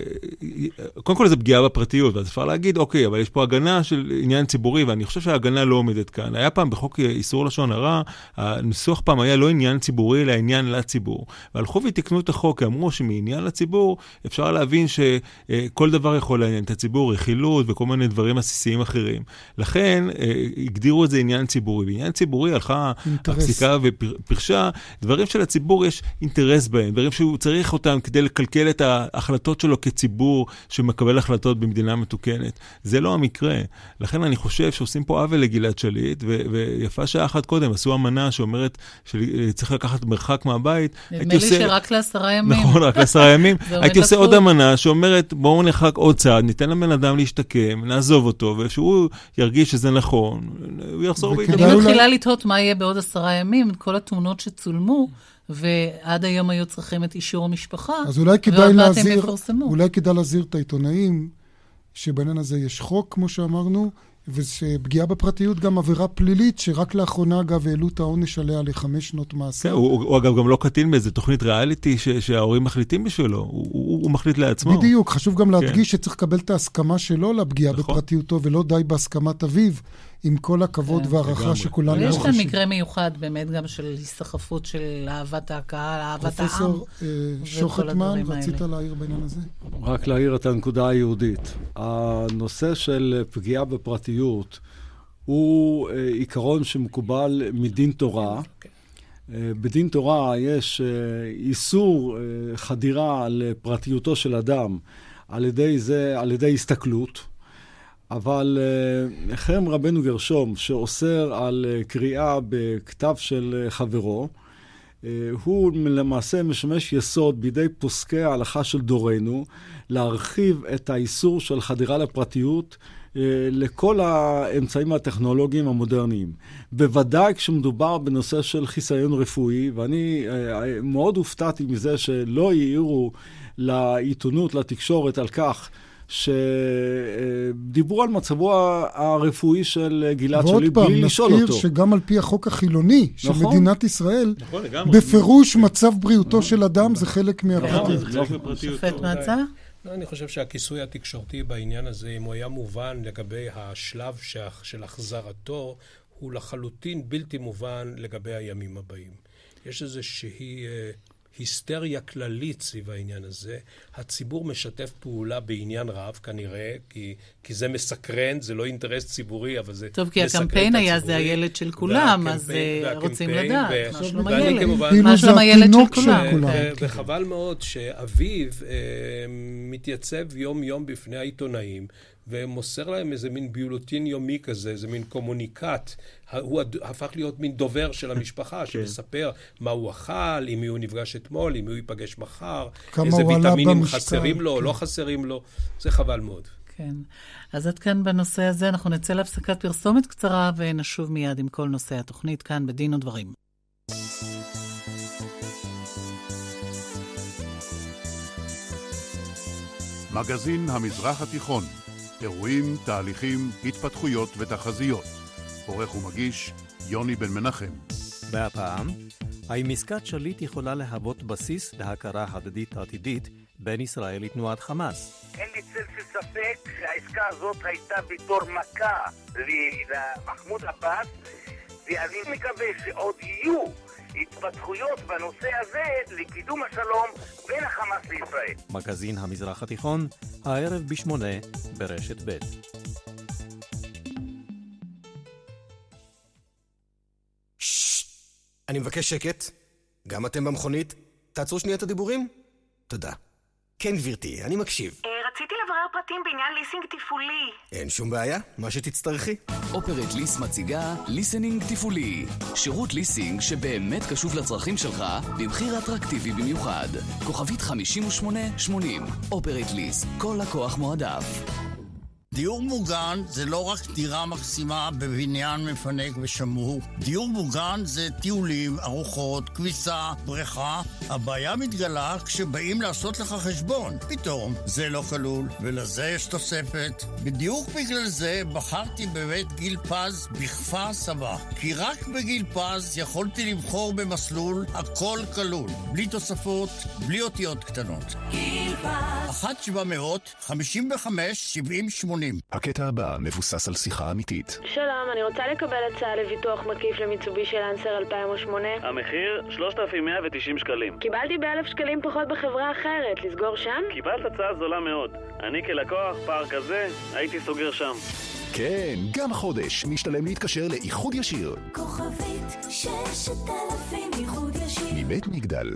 קודם כל זה פגיעה בפרטיות, אז אפשר להגיד, אוקיי, אבל יש פה הגנה של עניין ציבורי, ואני חושב שההגנה לא עומדת כאן. היה פעם בחוק איסור לשון הרע, הניסוח פעם היה לא עניין ציבורי, אלא עניין לציבור. והלכו ותקנו את החוק, אמרו שמעניין לציבור, אפשר להבין שכל דבר יכול לעניין את הציבור, רכילות וכל מיני דברים עסיסיים אחרים. לכן, הגדירו את זה עניין ציבורי. בעניין ציבורי הלכה הפסיקה ופרשה, דברים של הציבור יש אינטרס בהם. דברים שהוא צריך אותם כדי לקלקל את ההחלטות שלו כציבור שמקבל החלטות במדינה מתוקנת. זה לא המקרה. לכן אני חושב שעושים פה עוול לגלעד שליט, ו- ויפה שעה אחת קודם, עשו אמנה שאומרת שצריך לקחת מרחק מהבית. נדמה לי שרק לעשרה ימים. נכון, רק לעשרה ימים. הייתי עושה עוד אמנה שאומרת, בואו נרחק עוד צעד, ניתן לבן אדם להשתקם, נעזוב אותו, ושהוא ירגיש שזה נכון, הוא יחזור וידבר. אני מתחילה לתהות מה יהיה בעוד עשרה ימים, כל התמונות שצולמו, ועד היום היו צריכים את אישור המשפחה, אז אולי כדאי להזהיר, אולי כדאי להזהיר את העיתונאים, שבעניין הזה יש חוק, כמו שאמרנו, ושפגיעה בפרטיות גם עבירה פלילית, שרק לאחרונה, אגב, העלו את העונש עליה לחמש שנות מאסר. כן, הוא, הוא אגב גם לא קטין באיזה תוכנית ריאליטי ש, שההורים מחליטים בשבילו, הוא, הוא, הוא מחליט לעצמו. בדיוק, חשוב גם להדגיש כן. שצריך לקבל את ההסכמה שלו לפגיעה נכון. בפרטיותו, ולא די בהסכמת אביו, עם כל הכבוד והערכה שכולנו רוכשים. יש כאן רוכשים. מקרה מיוחד באמת גם של הסתחפות של אהבת הקהל, אהבת העם. פרופסור שוחטמן, רצית להעיר בעניין הזה? רק להעיר את הנקודה היהודית. הנושא של פגיעה בפרטיות הוא עיקרון שמקובל מדין תורה. בדין תורה יש איסור חדירה לפרטיותו של אדם על ידי זה, על ידי הסתכלות, אבל חרם רבנו גרשום שאוסר על קריאה בכתב של חברו, הוא למעשה משמש יסוד בידי פוסקי ההלכה של דורנו להרחיב את האיסור של חדירה לפרטיות לכל האמצעים הטכנולוגיים המודרניים. בוודאי כשמדובר בנושא של חיסיון רפואי, ואני מאוד הופתעתי מזה שלא העירו לעיתונות, לתקשורת על כך שדיברו על מצבו הרפואי של גלעד שליט בלי לשאול אותו. ועוד פעם, נזכיר שגם על פי החוק החילוני של מדינת ישראל, בפירוש מצב בריאותו של אדם זה חלק מהפרטיות. שופט מצא? אני חושב שהכיסוי התקשורתי בעניין הזה, אם הוא היה מובן לגבי השלב של החזרתו, הוא לחלוטין בלתי מובן לגבי הימים הבאים. יש איזושהי היסטריה כללית סביב העניין הזה. הציבור משתף פעולה בעניין רב, כנראה, כי, כי זה מסקרן, זה לא אינטרס ציבורי, אבל זה טוב, כי הקמפיין היה זה הילד של כולם, אז רוצים לדעת, מה שלום הילד. מה שלום הילד של כולם. וחבל מאוד שאביו מתייצב יום יום בפני העיתונאים, ומוסר להם איזה מין ביולוטין יומי כזה, איזה מין קומוניקט. הוא הפך להיות מין דובר של המשפחה, שמספר מה הוא אכל, עם מי הוא נפגש אתמול, עם מי הוא ייפגש מחר, איזה ויטמינים חסרים לו או לא חסרים לו. זה חבל מאוד. כן. אז עד כאן בנושא הזה, אנחנו נצא להפסקת פרסומת קצרה, ונשוב מיד עם כל נושא התוכנית כאן בדין ודברים. מגזין המזרח התיכון, אירועים, תהליכים, התפתחויות ותחזיות. עורך ומגיש יוני בן מנחם. והפעם, האם עסקת שליט יכולה להוות בסיס להכרה הדדית עתידית בין ישראל לתנועת חמאס? אין לי צל של ספק שהעסקה הזאת הייתה בתור מכה למחמוד עבאס, ואני מקווה שעוד יהיו התפתחויות בנושא הזה לקידום השלום בין החמאס לישראל. מגזין המזרח התיכון, הערב בשמונה ברשת ב'. אני מבקש שקט. גם אתם במכונית? תעצרו שנייה את הדיבורים? תודה. כן, גברתי, אני מקשיב. רציתי לברר פרטים בעניין ליסינג טיפולי. אין שום בעיה, מה שתצטרכי. אופרט ליס מציגה ליסנינג טיפולי. שירות ליסינג שבאמת קשוב לצרכים שלך, במחיר אטרקטיבי במיוחד. כוכבית חמישים ושמונה שמונים. אופרט ליס, כל לקוח מועדף. דיור מוגן זה לא רק דירה מקסימה בבניין מפנק ושמור. דיור מוגן זה טיולים, ארוחות, כביסה, בריכה. הבעיה מתגלה כשבאים לעשות לך חשבון. פתאום זה לא כלול, ולזה יש תוספת. בדיוק בגלל זה בחרתי בבית גיל פז בכפר סבא. כי רק בגיל פז יכולתי לבחור במסלול הכל כלול. בלי תוספות, בלי אותיות קטנות. גיל פז. אחת שבע מאות חמישים וחמש שבעים שמונים. הקטע הבא מבוסס על שיחה אמיתית. שלום, אני רוצה לקבל הצעה לביטוח מקיף למיצובישי לנסר אלפיים ושמונה. המחיר שלושת אלפים מאה ותשעים שקלים. קיבלתי באלף שקלים פחות בחברה אחרת, לסגור שם? קיבלת הצעה זולה מאוד. אני כלקוח פער כזה, הייתי סוגר שם. כן, גם החודש משתלם להתקשר לאיחוד ישיר. כוכבית ששת אלפים איחוד ישיר. מבית מגדל.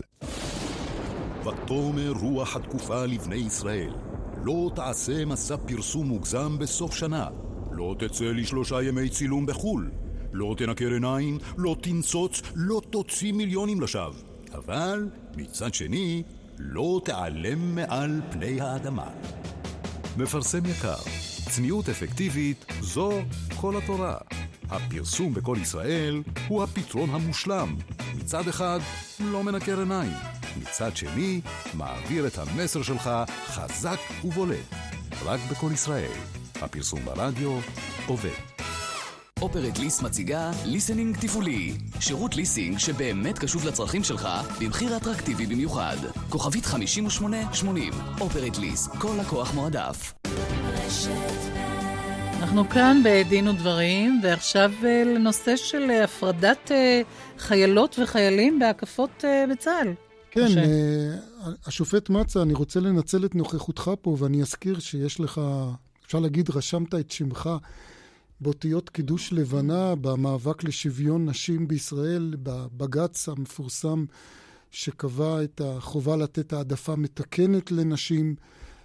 ותאמר רוח התקופה לבני ישראל. לא תעשה מסע פרסום מוגזם בסוף שנה. לא תצא לשלושה ימי צילום בחול. לא תנקר עיניים, לא תנצוץ, לא תוציא מיליונים לשווא. אבל מצד שני, לא תעלם מעל פני האדמה. מפרסם יקר, צניעות אפקטיבית, זו כל התורה. הפרסום בכל ישראל הוא הפתרון המושלם. מצד אחד, לא מנקר עיניים. מצד שני, מעביר את המסר שלך חזק ובולט. רק בכל ישראל. הפרסום ברדיו עובד. אופרט ליס מציגה ליסנינג טיפולי. שירות ליסינג שבאמת קשוב לצרכים שלך, במחיר אטרקטיבי במיוחד. כוכבית חמישים ושמונה שמונים. אופרט ליס, כל לקוח מועדף. אנחנו כאן בדין ודברים, ועכשיו לנושא של הפרדת חיילות וחיילים בהקפות בצה"ל. כן, השופט מצא, אני רוצה לנצל את נוכחותך פה, ואני אזכיר שיש לך, אפשר להגיד, רשמת את שמך באותיות קידוש לבנה במאבק לשוויון נשים בישראל, בבג"ץ המפורסם שקבע את החובה לתת העדפה מתקנת לנשים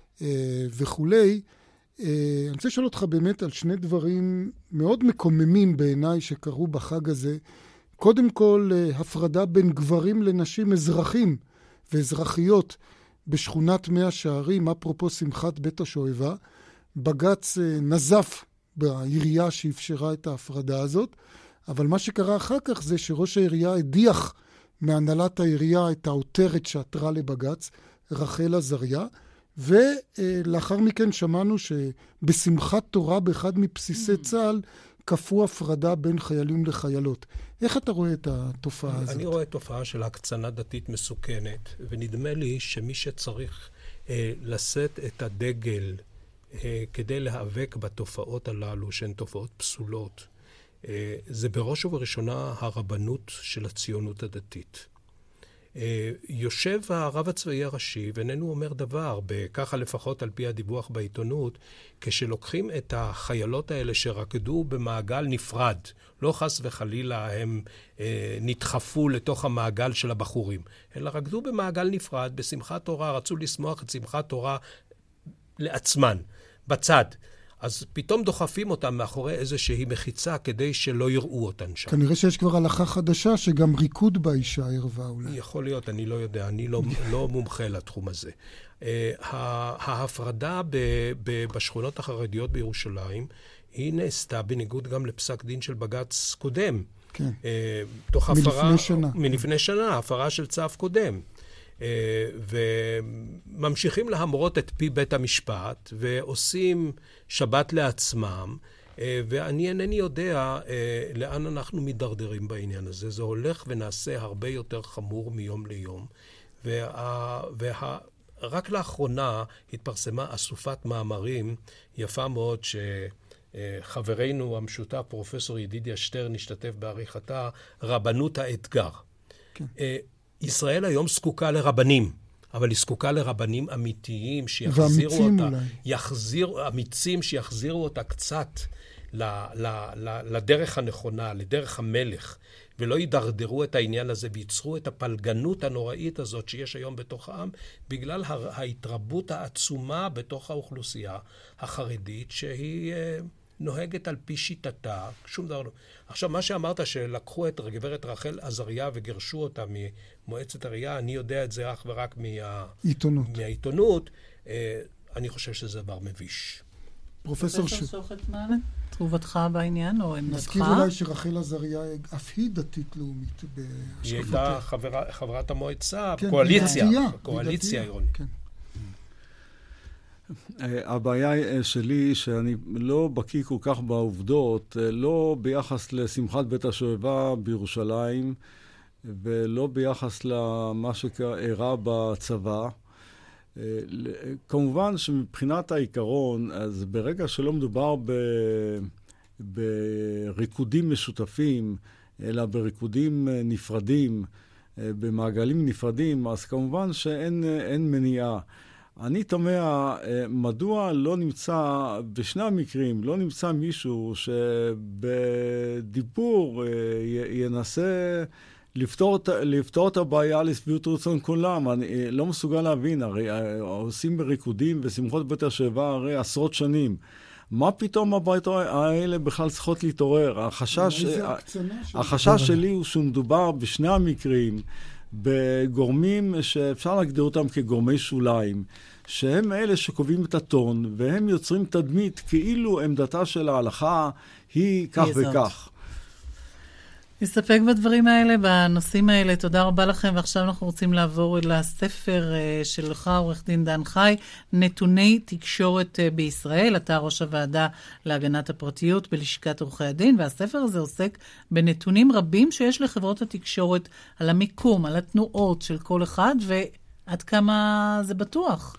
וכולי. אני רוצה לשאול אותך באמת על שני דברים מאוד מקוממים בעיניי שקרו בחג הזה. קודם כל, הפרדה בין גברים לנשים אזרחים ואזרחיות בשכונת מאה שערים, אפרופו שמחת בית השואבה. בג"ץ נזף בעירייה שאפשרה את ההפרדה הזאת, אבל מה שקרה אחר כך זה שראש העירייה הדיח מהנהלת העירייה את העותרת שעתרה לבג"ץ, רחל עזריה, ולאחר מכן שמענו שבשמחת תורה באחד מבסיסי צה"ל כפו הפרדה בין חיילים לחיילות. איך אתה רואה את התופעה הזאת? אני רואה תופעה של הקצנה דתית מסוכנת, ונדמה לי שמי שצריך אה, לשאת את הדגל אה, כדי להיאבק בתופעות הללו, שהן תופעות פסולות, אה, זה בראש ובראשונה הרבנות של הציונות הדתית. יושב הרב הצבאי הראשי ואיננו אומר דבר, ככה לפחות על פי הדיווח בעיתונות, כשלוקחים את החיילות האלה שרקדו במעגל נפרד, לא חס וחלילה הם אה, נדחפו לתוך המעגל של הבחורים, אלא רקדו במעגל נפרד, בשמחת תורה, רצו לשמוח את שמחת תורה לעצמן, בצד. אז פתאום דוחפים אותם מאחורי איזושהי מחיצה כדי שלא יראו אותן שם. כנראה שיש כבר הלכה חדשה שגם ריקוד באישה ערבה אולי. יכול להיות, אני לא יודע, אני לא, לא מומחה לתחום הזה. Uh, ההפרדה ב, ב, בשכונות החרדיות בירושלים, היא נעשתה בניגוד גם לפסק דין של בג"ץ קודם. כן. Uh, תוך מלפני הפרה, שנה. מלפני שנה, הפרה של צו קודם. Uh, וממשיכים להמרות את פי בית המשפט, ועושים שבת לעצמם, uh, ואני אינני יודע uh, לאן אנחנו מדרדרים בעניין הזה. זה הולך ונעשה הרבה יותר חמור מיום ליום, וה, וה, רק לאחרונה התפרסמה אסופת מאמרים יפה מאוד שחברנו המשותף פרופסור ידידיה שטרן השתתף בעריכתה, רבנות האתגר. כן. ישראל היום זקוקה לרבנים, אבל היא זקוקה לרבנים אמיתיים שיחזירו אותה, אולי. יחזיר, אמיצים שיחזירו אותה קצת ל, ל, ל, לדרך הנכונה, לדרך המלך, ולא ידרדרו את העניין הזה וייצרו את הפלגנות הנוראית הזאת שיש היום בתוך העם, בגלל ההתרבות העצומה בתוך האוכלוסייה החרדית, שהיא נוהגת על פי שיטתה, שום דבר לא. עכשיו, מה שאמרת שלקחו את גברת רחל עזריה וגרשו אותה ממועצת הראייה, אני יודע את זה אך ורק מה... מהעיתונות, אני חושב שזה דבר מביש. פרופסור שוחטמן, תגובתך בעניין או עמדתך? נזכיר אולי שרחל עזריה אף היא דתית לאומית בהשקפותיה. היא הייתה חברת המועצה, קואליציה, קואליציה עירונית. הבעיה שלי היא שאני לא בקיא כל כך בעובדות, לא ביחס לשמחת בית השואבה בירושלים, ולא ביחס למה שאירע בצבא. כמובן שמבחינת העיקרון, אז ברגע שלא מדובר ב... בריקודים משותפים, אלא בריקודים נפרדים, במעגלים נפרדים, אז כמובן שאין אין מניעה. אני תמה, מדוע לא נמצא, בשני המקרים, לא נמצא מישהו שבדיבור ינסה לפתור, לפתור את הבעיה לשביעות רצון כולם. אני לא מסוגל להבין, הרי עושים בריקודים ושמחות בית השואבה הרי עשרות שנים. מה פתאום הבית האלה בכלל צריכות להתעורר? החשש, החשש שלי הוא שמדובר בשני המקרים בגורמים שאפשר להגדיר אותם כגורמי שוליים, שהם אלה שקובעים את הטון, והם יוצרים תדמית כאילו עמדתה של ההלכה היא כך וכך. נסתפק בדברים האלה, בנושאים האלה. תודה רבה לכם, ועכשיו אנחנו רוצים לעבור לספר שלך, עורך דין דן חי, נתוני תקשורת בישראל. אתה ראש הוועדה להגנת הפרטיות בלשכת עורכי הדין, והספר הזה עוסק בנתונים רבים שיש לחברות התקשורת על המיקום, על התנועות של כל אחד, ועד כמה זה בטוח.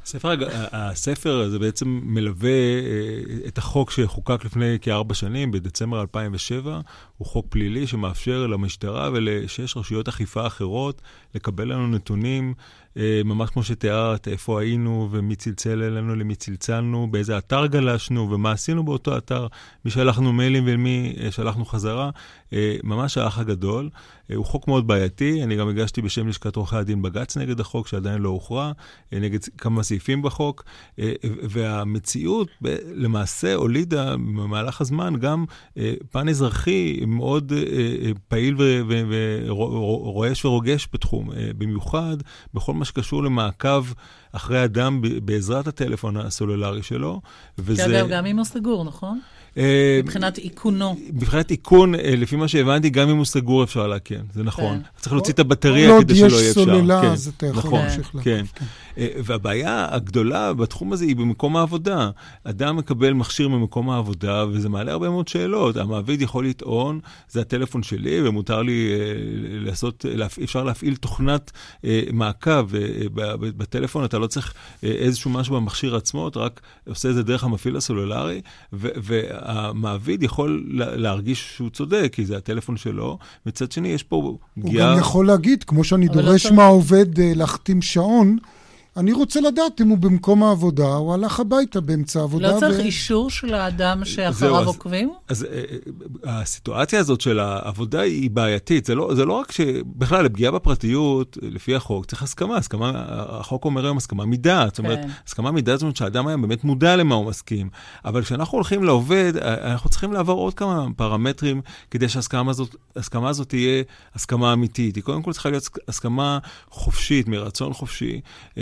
הספר, הספר הזה בעצם מלווה את החוק שחוקק לפני כארבע שנים, בדצמבר אלפיים ושבע. הוא חוק פלילי שמאפשר למשטרה ולשש רשויות אכיפה אחרות לקבל לנו נתונים, ממש כמו שתיארת, איפה היינו ומי צלצל אלינו, למי צלצלנו, באיזה אתר גלשנו ומה עשינו באותו אתר, מי שלחנו מיילים ומי שלחנו חזרה. ממש האח הגדול. הוא חוק מאוד בעייתי, אני גם הגשתי בשם לשכת עורכי הדין בג"ץ נגד החוק, שעדיין לא הוכרע, נגד כמה סעיפים בחוק, והמציאות למעשה הולידה במהלך הזמן גם פן אזרחי מאוד פעיל ורועש ורוגש בתחום, במיוחד בכל מה שקשור למעקב אחרי אדם בעזרת הטלפון הסלולרי שלו. אגב, גם אם הוא סגור, נכון? מבחינת איכונו. מבחינת איכון, לפי מה שהבנתי, גם אם הוא סגור אפשר להקן, זה נכון. צריך להוציא את הבטריה כדי שלא יהיה אפשר. עוד יש סוללה, אז אתה יכול להמשיך להקן. והבעיה הגדולה בתחום הזה היא במקום העבודה. אדם מקבל מכשיר ממקום העבודה, וזה מעלה הרבה מאוד שאלות. המעביד יכול לטעון, זה הטלפון שלי, ומותר לי לעשות, אפשר להפעיל תוכנת מעקב. בטלפון אתה לא צריך איזשהו משהו במכשיר עצמו, אתה רק עושה את זה דרך המפעיל הסלולרי, והמעביד יכול להרגיש שהוא צודק, כי זה הטלפון שלו. מצד שני, יש פה פגיעה. הוא גם יכול להגיד, כמו שאני דורש מהעובד להחתים שעון, אני רוצה לדעת אם הוא במקום העבודה, או הלך הביתה באמצע העבודה. לא צריך אישור של האדם שאחריו עוקבים? אז הסיטואציה הזאת של העבודה היא בעייתית. זה לא רק שבכלל, לפגיעה בפרטיות, לפי החוק, צריך הסכמה. החוק אומר היום הסכמה מדעת. זאת אומרת, הסכמה מדעת זאת אומרת שהאדם היום באמת מודע למה הוא מסכים. אבל כשאנחנו הולכים לעובד, אנחנו צריכים לעבור עוד כמה פרמטרים, כדי שההסכמה הזאת תהיה הסכמה אמיתית. היא קודם כל צריכה להיות הסכמה חופשית, מרצון חופשי.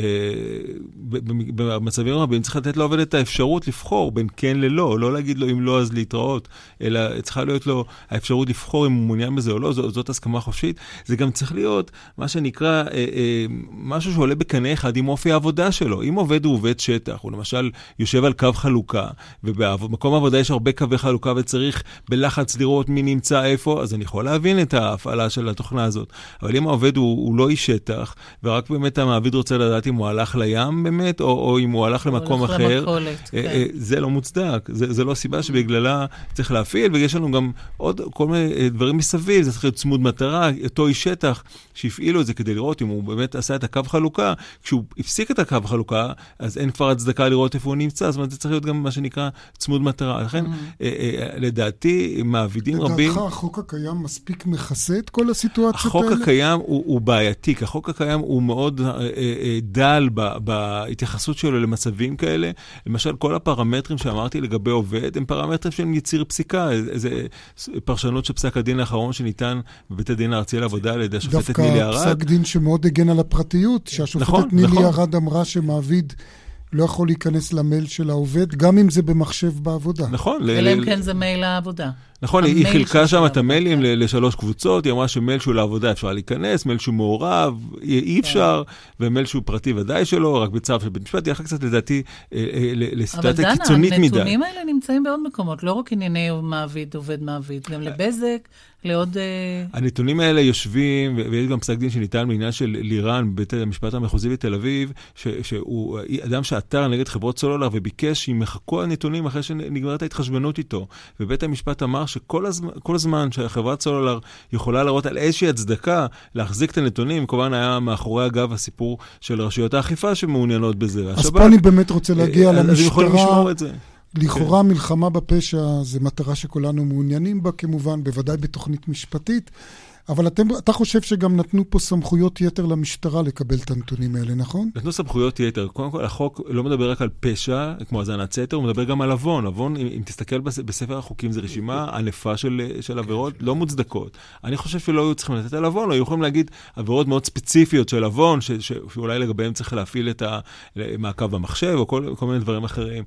במצבים רבים צריך לתת לעובד את האפשרות לבחור בין כן ללא, לא להגיד לו אם לא אז להתראות, אלא צריכה להיות לו האפשרות לבחור אם הוא מעוניין בזה או לא, זאת, זאת הסכמה חופשית. זה גם צריך להיות מה שנקרא, אה, אה, משהו שעולה בקנה אחד עם אופי העבודה שלו. אם עובד הוא עובד שטח, הוא למשל יושב על קו חלוקה, ובמקום העבודה יש הרבה קווי חלוקה וצריך בלחץ לראות מי נמצא איפה, אז אני יכול להבין את ההפעלה של התוכנה הזאת. אבל אם העובד הוא, הוא לא איש שטח, ורק באמת המעביד רוצה לדעת אם הוא הלך לים באמת, או, או אם הוא הלך למקום אחר, למקולת, אה, כן. אה, זה לא מוצדק. זה, זה לא סיבה שבגללה צריך להפעיל, ויש לנו גם עוד כל מיני דברים מסביב, זה צריך להיות צמוד מטרה, אותו איש שטח שהפעילו את זה כדי לראות אם הוא באמת עשה את הקו חלוקה. כשהוא הפסיק את הקו חלוקה, אז אין כבר הצדקה לראות איפה הוא נמצא, זאת אומרת, זה צריך להיות גם מה שנקרא צמוד מטרה. לכן, אה, אה, לדעתי, מעבידים רבים... לדעתך, החוק הקיים מספיק מכסה את כל הסיטואציות החוק האלה? החוק הקיים הוא, הוא בעייתי, כי החוק הקיים הוא מאוד אה, אה, דל ב, בהתייחסות שלו למצבים כאלה. למשל, כל הפרמטרים שאמרתי לגבי עובד, הם פרמטרים של יציר פסיקה, איזה פרשנות של פסק הדין האחרון שניתן בבית הדין הארצי לעבודה על ידי השופטת נילי ארד. דווקא פסק דין שמאוד הגן על הפרטיות, שהשופטת נכון, נילי נכון. ארד אמרה שמעביד לא יכול להיכנס למייל של העובד, גם אם זה במחשב בעבודה. נכון. אלא אם כן זה מייל העבודה. נכון, היא חילקה שם את המיילים לשלוש קבוצות, היא אמרה שמייל שהוא לעבודה אפשר להיכנס, מייל שהוא מעורב, אי אפשר, ומייל שהוא פרטי ודאי שלא, רק בצו של בית משפט, היא אחר קצת לדעתי לסיטואציה קיצונית מדי. אבל דנה, הנתונים האלה נמצאים בעוד מקומות, לא רק ענייני מעביד, עובד מעביד, גם לבזק, לעוד... הנתונים האלה יושבים, ויש גם פסק דין שניתן בעניין של לירן, בבית המשפט המחוזי בתל אביב, שהוא אדם שעתר נגד חברות סלולר וביקש שימחקו הנתונים אחרי שנגמרת ההתחשבנות איתו. ובית המשפט אמר שכל הזמן, כל הזמן שהחברת סלולר יכולה לראות על איזושהי הצדקה להחזיק את הנתונים, כמובן היה מאחורי הגב הסיפור של רשויות האכיפה שמעוניינות בזה. אז פה אני באמת רוצה להגיע למשטרה. את לכאורה מלחמה בפשע זה מטרה שכולנו מעוניינים בה, כמובן, בוודאי בתוכנית משפטית, אבל אתם, אתה חושב שגם נתנו פה סמכויות יתר למשטרה לקבל את הנתונים האלה, נכון? נתנו סמכויות יתר. קודם כל, החוק לא מדבר רק על פשע, כמו הזנת סתר, הוא מדבר גם על עוון. עוון, אם, אם תסתכל בספר החוקים, זו רשימה ענפה של, של עבירות לא מוצדקות. אני חושב שלא היו צריכים לתת על עוון, או יכולים להגיד עבירות מאוד ספציפיות של עוון, ש, ש, שאולי לגביהם צריך להפעיל את המעקב במחשב, או כל, כל מיני דברים אחרים.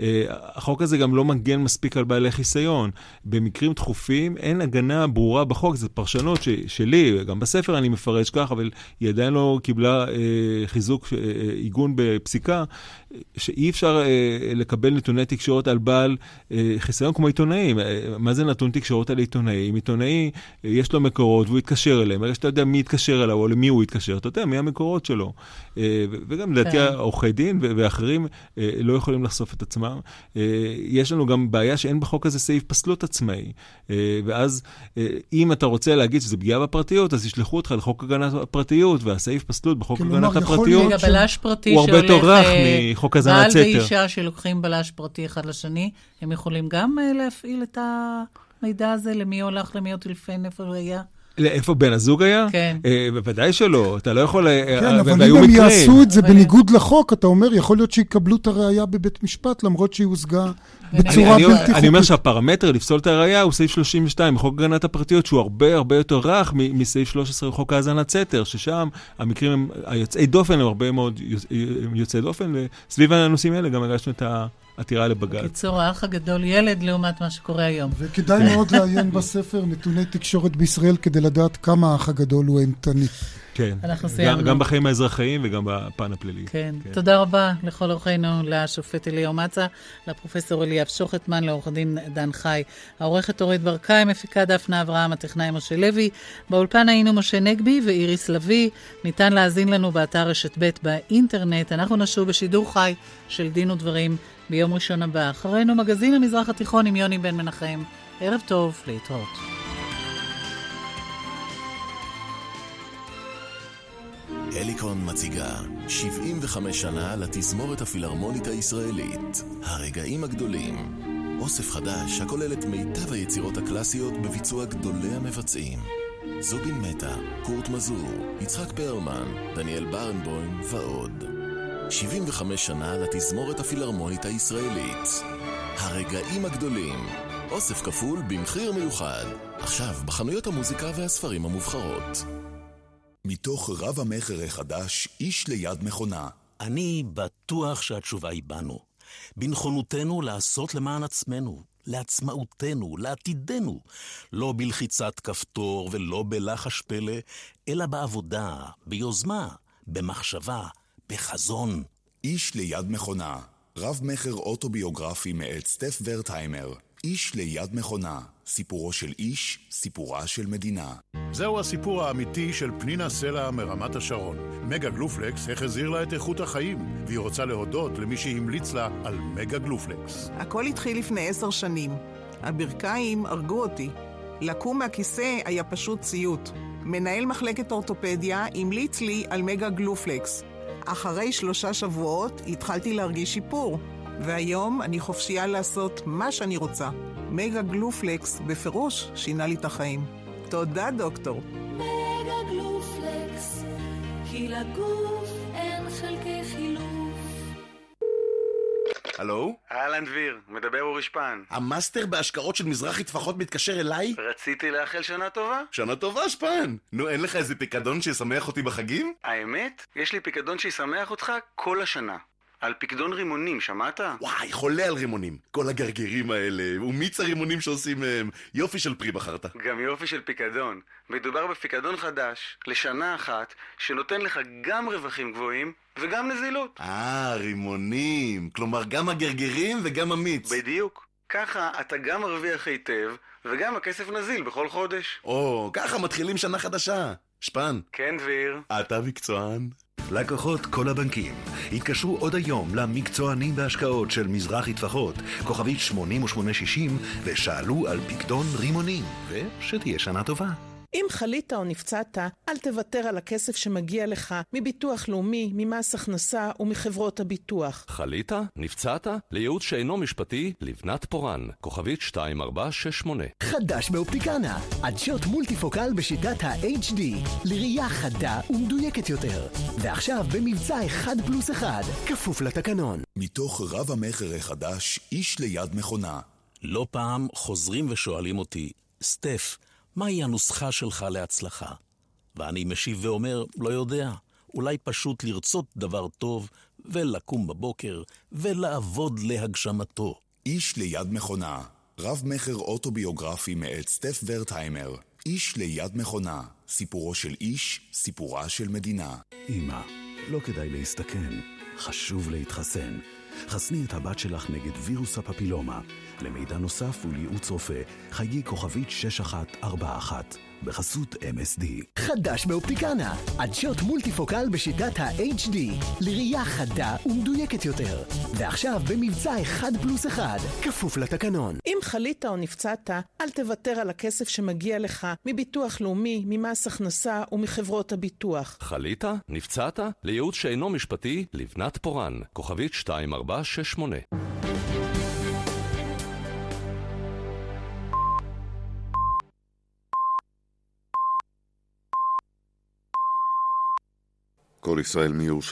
החוק הזה גם לא מגן מספיק על בעלי חיסיון. במקרים דחופים, אין הגנה ברורה בחוק, זו פרשנות ש, שלי, גם בספר אני מפרש כך, אבל היא עדיין לא קיבלה אה, חיזוק, אה, עיגון בפסיקה, שאי אפשר אה, לקבל נתוני תקשורת על בעל אה, חיסיון כמו עיתונאים. אה, מה זה נתון תקשורת על עיתונאי? אם עיתונאי אה, יש לו מקורות והוא יתקשר אליהם, הרי שאתה יודע מי יתקשר אליו או למי הוא יתקשר, אתה יודע מי המקורות שלו. אה, וגם לדעתי עורכי דין ואחרים אה, לא יכולים לחשוף את עצמם. אה, יש לנו גם בעיה שאין בחוק הזה סעיף פסלות עצמאי. אה, ואז אה, אם אתה רוצה להגיד שזה פגיעה בפרטיות, אז ישלחו אותך לחוק הגנת הפרטיות, והסעיף פסלות בחוק הגנת הפרטיות הוא הרבה יותר רך מחוק הזנת סתר. בעל ואישה שלוקחים בלש פרטי אחד לשני, הם יכולים גם להפעיל את המידע הזה, למי הולך, למי טלפון, איפה היה? לאיפה בן הזוג היה? כן. בוודאי שלא, אתה לא יכול... כן, אבל אם הם יעשו את זה בניגוד לחוק, אתה אומר, יכול להיות שיקבלו את הראייה בבית משפט, למרות שהיא הושגה בצורה בלתי חוקית. אני אומר שהפרמטר לפסול את הראייה הוא סעיף שלושים ושתיים, בחוק הגנת הפרטיות, שהוא הרבה הרבה יותר רך מסעיף שלוש עשרה בחוק האזנת סתר, ששם המקרים הם, היוצאי דופן הם הרבה מאוד יוצאי דופן, וסביב הנושאים האלה גם הגשנו את ה... עתירה לבג"ץ. קיצור, האח הגדול ילד לעומת מה שקורה היום. וכדאי מאוד לעיין בספר נתוני תקשורת בישראל כדי לדעת כמה האח הגדול הוא אימתני. כן. אנחנו סיימנו. גם בחיים האזרחיים וגם בפן הפלילי. כן. תודה רבה לכל אורחינו, לשופט אליהו מצה, לפרופסור אליאב שוחטמן, לעורך דין דן חי, העורכת אורית ברקאי, מפיקה דפנה אברהם, הטכנאי משה לוי. באולפן היינו משה נגבי ואיריס לוי. ניתן להאזין לנו באתר רשת ב' באינטרנט. אנחנו נשוב בשידור חי של דין ודברים ביום ראשון הבא. אחרינו מגזין המזרח התיכון עם יוני בן מנחם. ערב טוב, להתראות. אליקון מציגה שבעים וחמש שנה לתזמורת הפילהרמונית הישראלית. הרגעים הגדולים. אוסף חדש הכולל את מיטב היצירות הקלאסיות בביצוע גדולי המבצעים. זובין מטה, קורט מזור, יצחק פרלמן, דניאל ברנבוים ועוד. שבעים וחמש שנה לתזמורת הפילהרמונית הישראלית. הרגעים הגדולים. אוסף כפול במחיר מיוחד. עכשיו בחנויות המוזיקה והספרים המובחרות. מתוך רב המחר החדש, איש ליד מכונה. אני בטוח שהתשובה היא בנו. בנכונותנו לעשות למען עצמנו, לעצמאותנו, לעתידנו. לא בלחיצת כפתור ולא בלחש פלא, אלא בעבודה, ביוזמה, במחשבה, בחזון. איש ליד מכונה. רב מחר אוטוביוגרפי מאת סטף ורטהיימר. איש ליד מכונה. סיפורו של איש, סיפורה של מדינה. זהו הסיפור האמיתי של פנינה סלע מרמת השרון. מגה גלופלקס החזיר לה את איכות החיים, והיא רוצה להודות למי שהמליץ לה על מגה גלופלקס. הכל התחיל לפני עשר שנים. הברכיים הרגו אותי. לקום מהכיסא היה פשוט ציוט. מנהל מחלקת אורתופדיה המליץ לי על מגה גלופלקס. אחרי שלושה שבועות התחלתי להרגיש שיפור. והיום אני חופשייה לעשות מה שאני רוצה. מגה גלופלקס בפירוש שינה לי את החיים. תודה דוקטור. מגה גלופלקס, כי לגוף אין חלקי חילוף. הלו? אהלן דביר, מדבר אורי שפן. המאסטר בהשקעות של מזרחי טפחות מתקשר אליי? רציתי לאחל שנה טובה. שנה טובה, שפן. נו, אין לך איזה פיקדון שישמח אותי בחגים? האמת? יש לי פיקדון שישמח אותך כל השנה. על פיקדון רימונים, שמעת? וואי, חולה על רימונים. כל הגרגרים האלה, ומיץ הרימונים שעושים מהם. יופי של פרי בחרת. גם יופי של פיקדון. מדובר בפיקדון חדש, לשנה אחת, שנותן לך גם רווחים גבוהים, וגם נזילות. אה, רימונים. כלומר, גם הגרגרים וגם המיץ. בדיוק. ככה אתה גם מרוויח היטב, וגם הכסף נזיל בכל חודש. או, ככה מתחילים שנה חדשה. שפן. כן, דביר. אתה מקצוען. לקוחות כל הבנקים התקשרו עוד היום למקצוענים בהשקעות של מזרחי טפחות, כוכבית שמונים ושמונה שישים, ושאלו על פיקדון רימונים, ושתהיה שנה טובה. אם חלית או נפצעת, אל תוותר על הכסף שמגיע לך מביטוח לאומי, ממס הכנסה ומחברות הביטוח. חלית? נפצעת? לייעוץ שאינו משפטי, לבנת פורן, כוכבית שתיים ארבע שש שמונה. חדש באופטיקנה, עדשות מולטיפוקל בשיטת ה-אייץ' די, לראייה חדה ומדויקת יותר. ועכשיו במבצע אחד פלוס אחד, כפוף לתקנון. מתוך רב המחר החדש, איש ליד מכונה. לא פעם חוזרים ושואלים אותי, סטף, מהי הנוסחה שלך להצלחה? ואני משיב ואומר, לא יודע. אולי פשוט לרצות דבר טוב, ולקום בבוקר, ולעבוד להגשמתו. איש ליד מכונה. רב מחר אוטוביוגרפי מאת סטף ורטהיימר. איש ליד מכונה, סיפורו של איש, סיפורה של מדינה. אמא, לא כדאי להסתכן, חשוב להתחסן. חסני את הבת שלך נגד וירוס הפפילומה. למידע נוסף ולייעוץ רופא, חייגי כוכבית שש אחת ארבע אחת, בחסות אם אס די. חדש באופטיקנה, עדשות מולטיפוקל בשיטת ה-אייץ' די, לראייה חדה ומדויקת יותר. ועכשיו במבצע אחד פלוס אחד, כפוף לתקנון. אם חלית או נפצעת, אל תוותר על הכסף שמגיע לך מביטוח לאומי, ממס הכנסה ומחברות הביטוח. חלית? נפצעת? לייעוץ שאינו משפטי, לבנת פורן, כוכבית שתיים ארבע שש שמונה. כל ישראל מירושלים.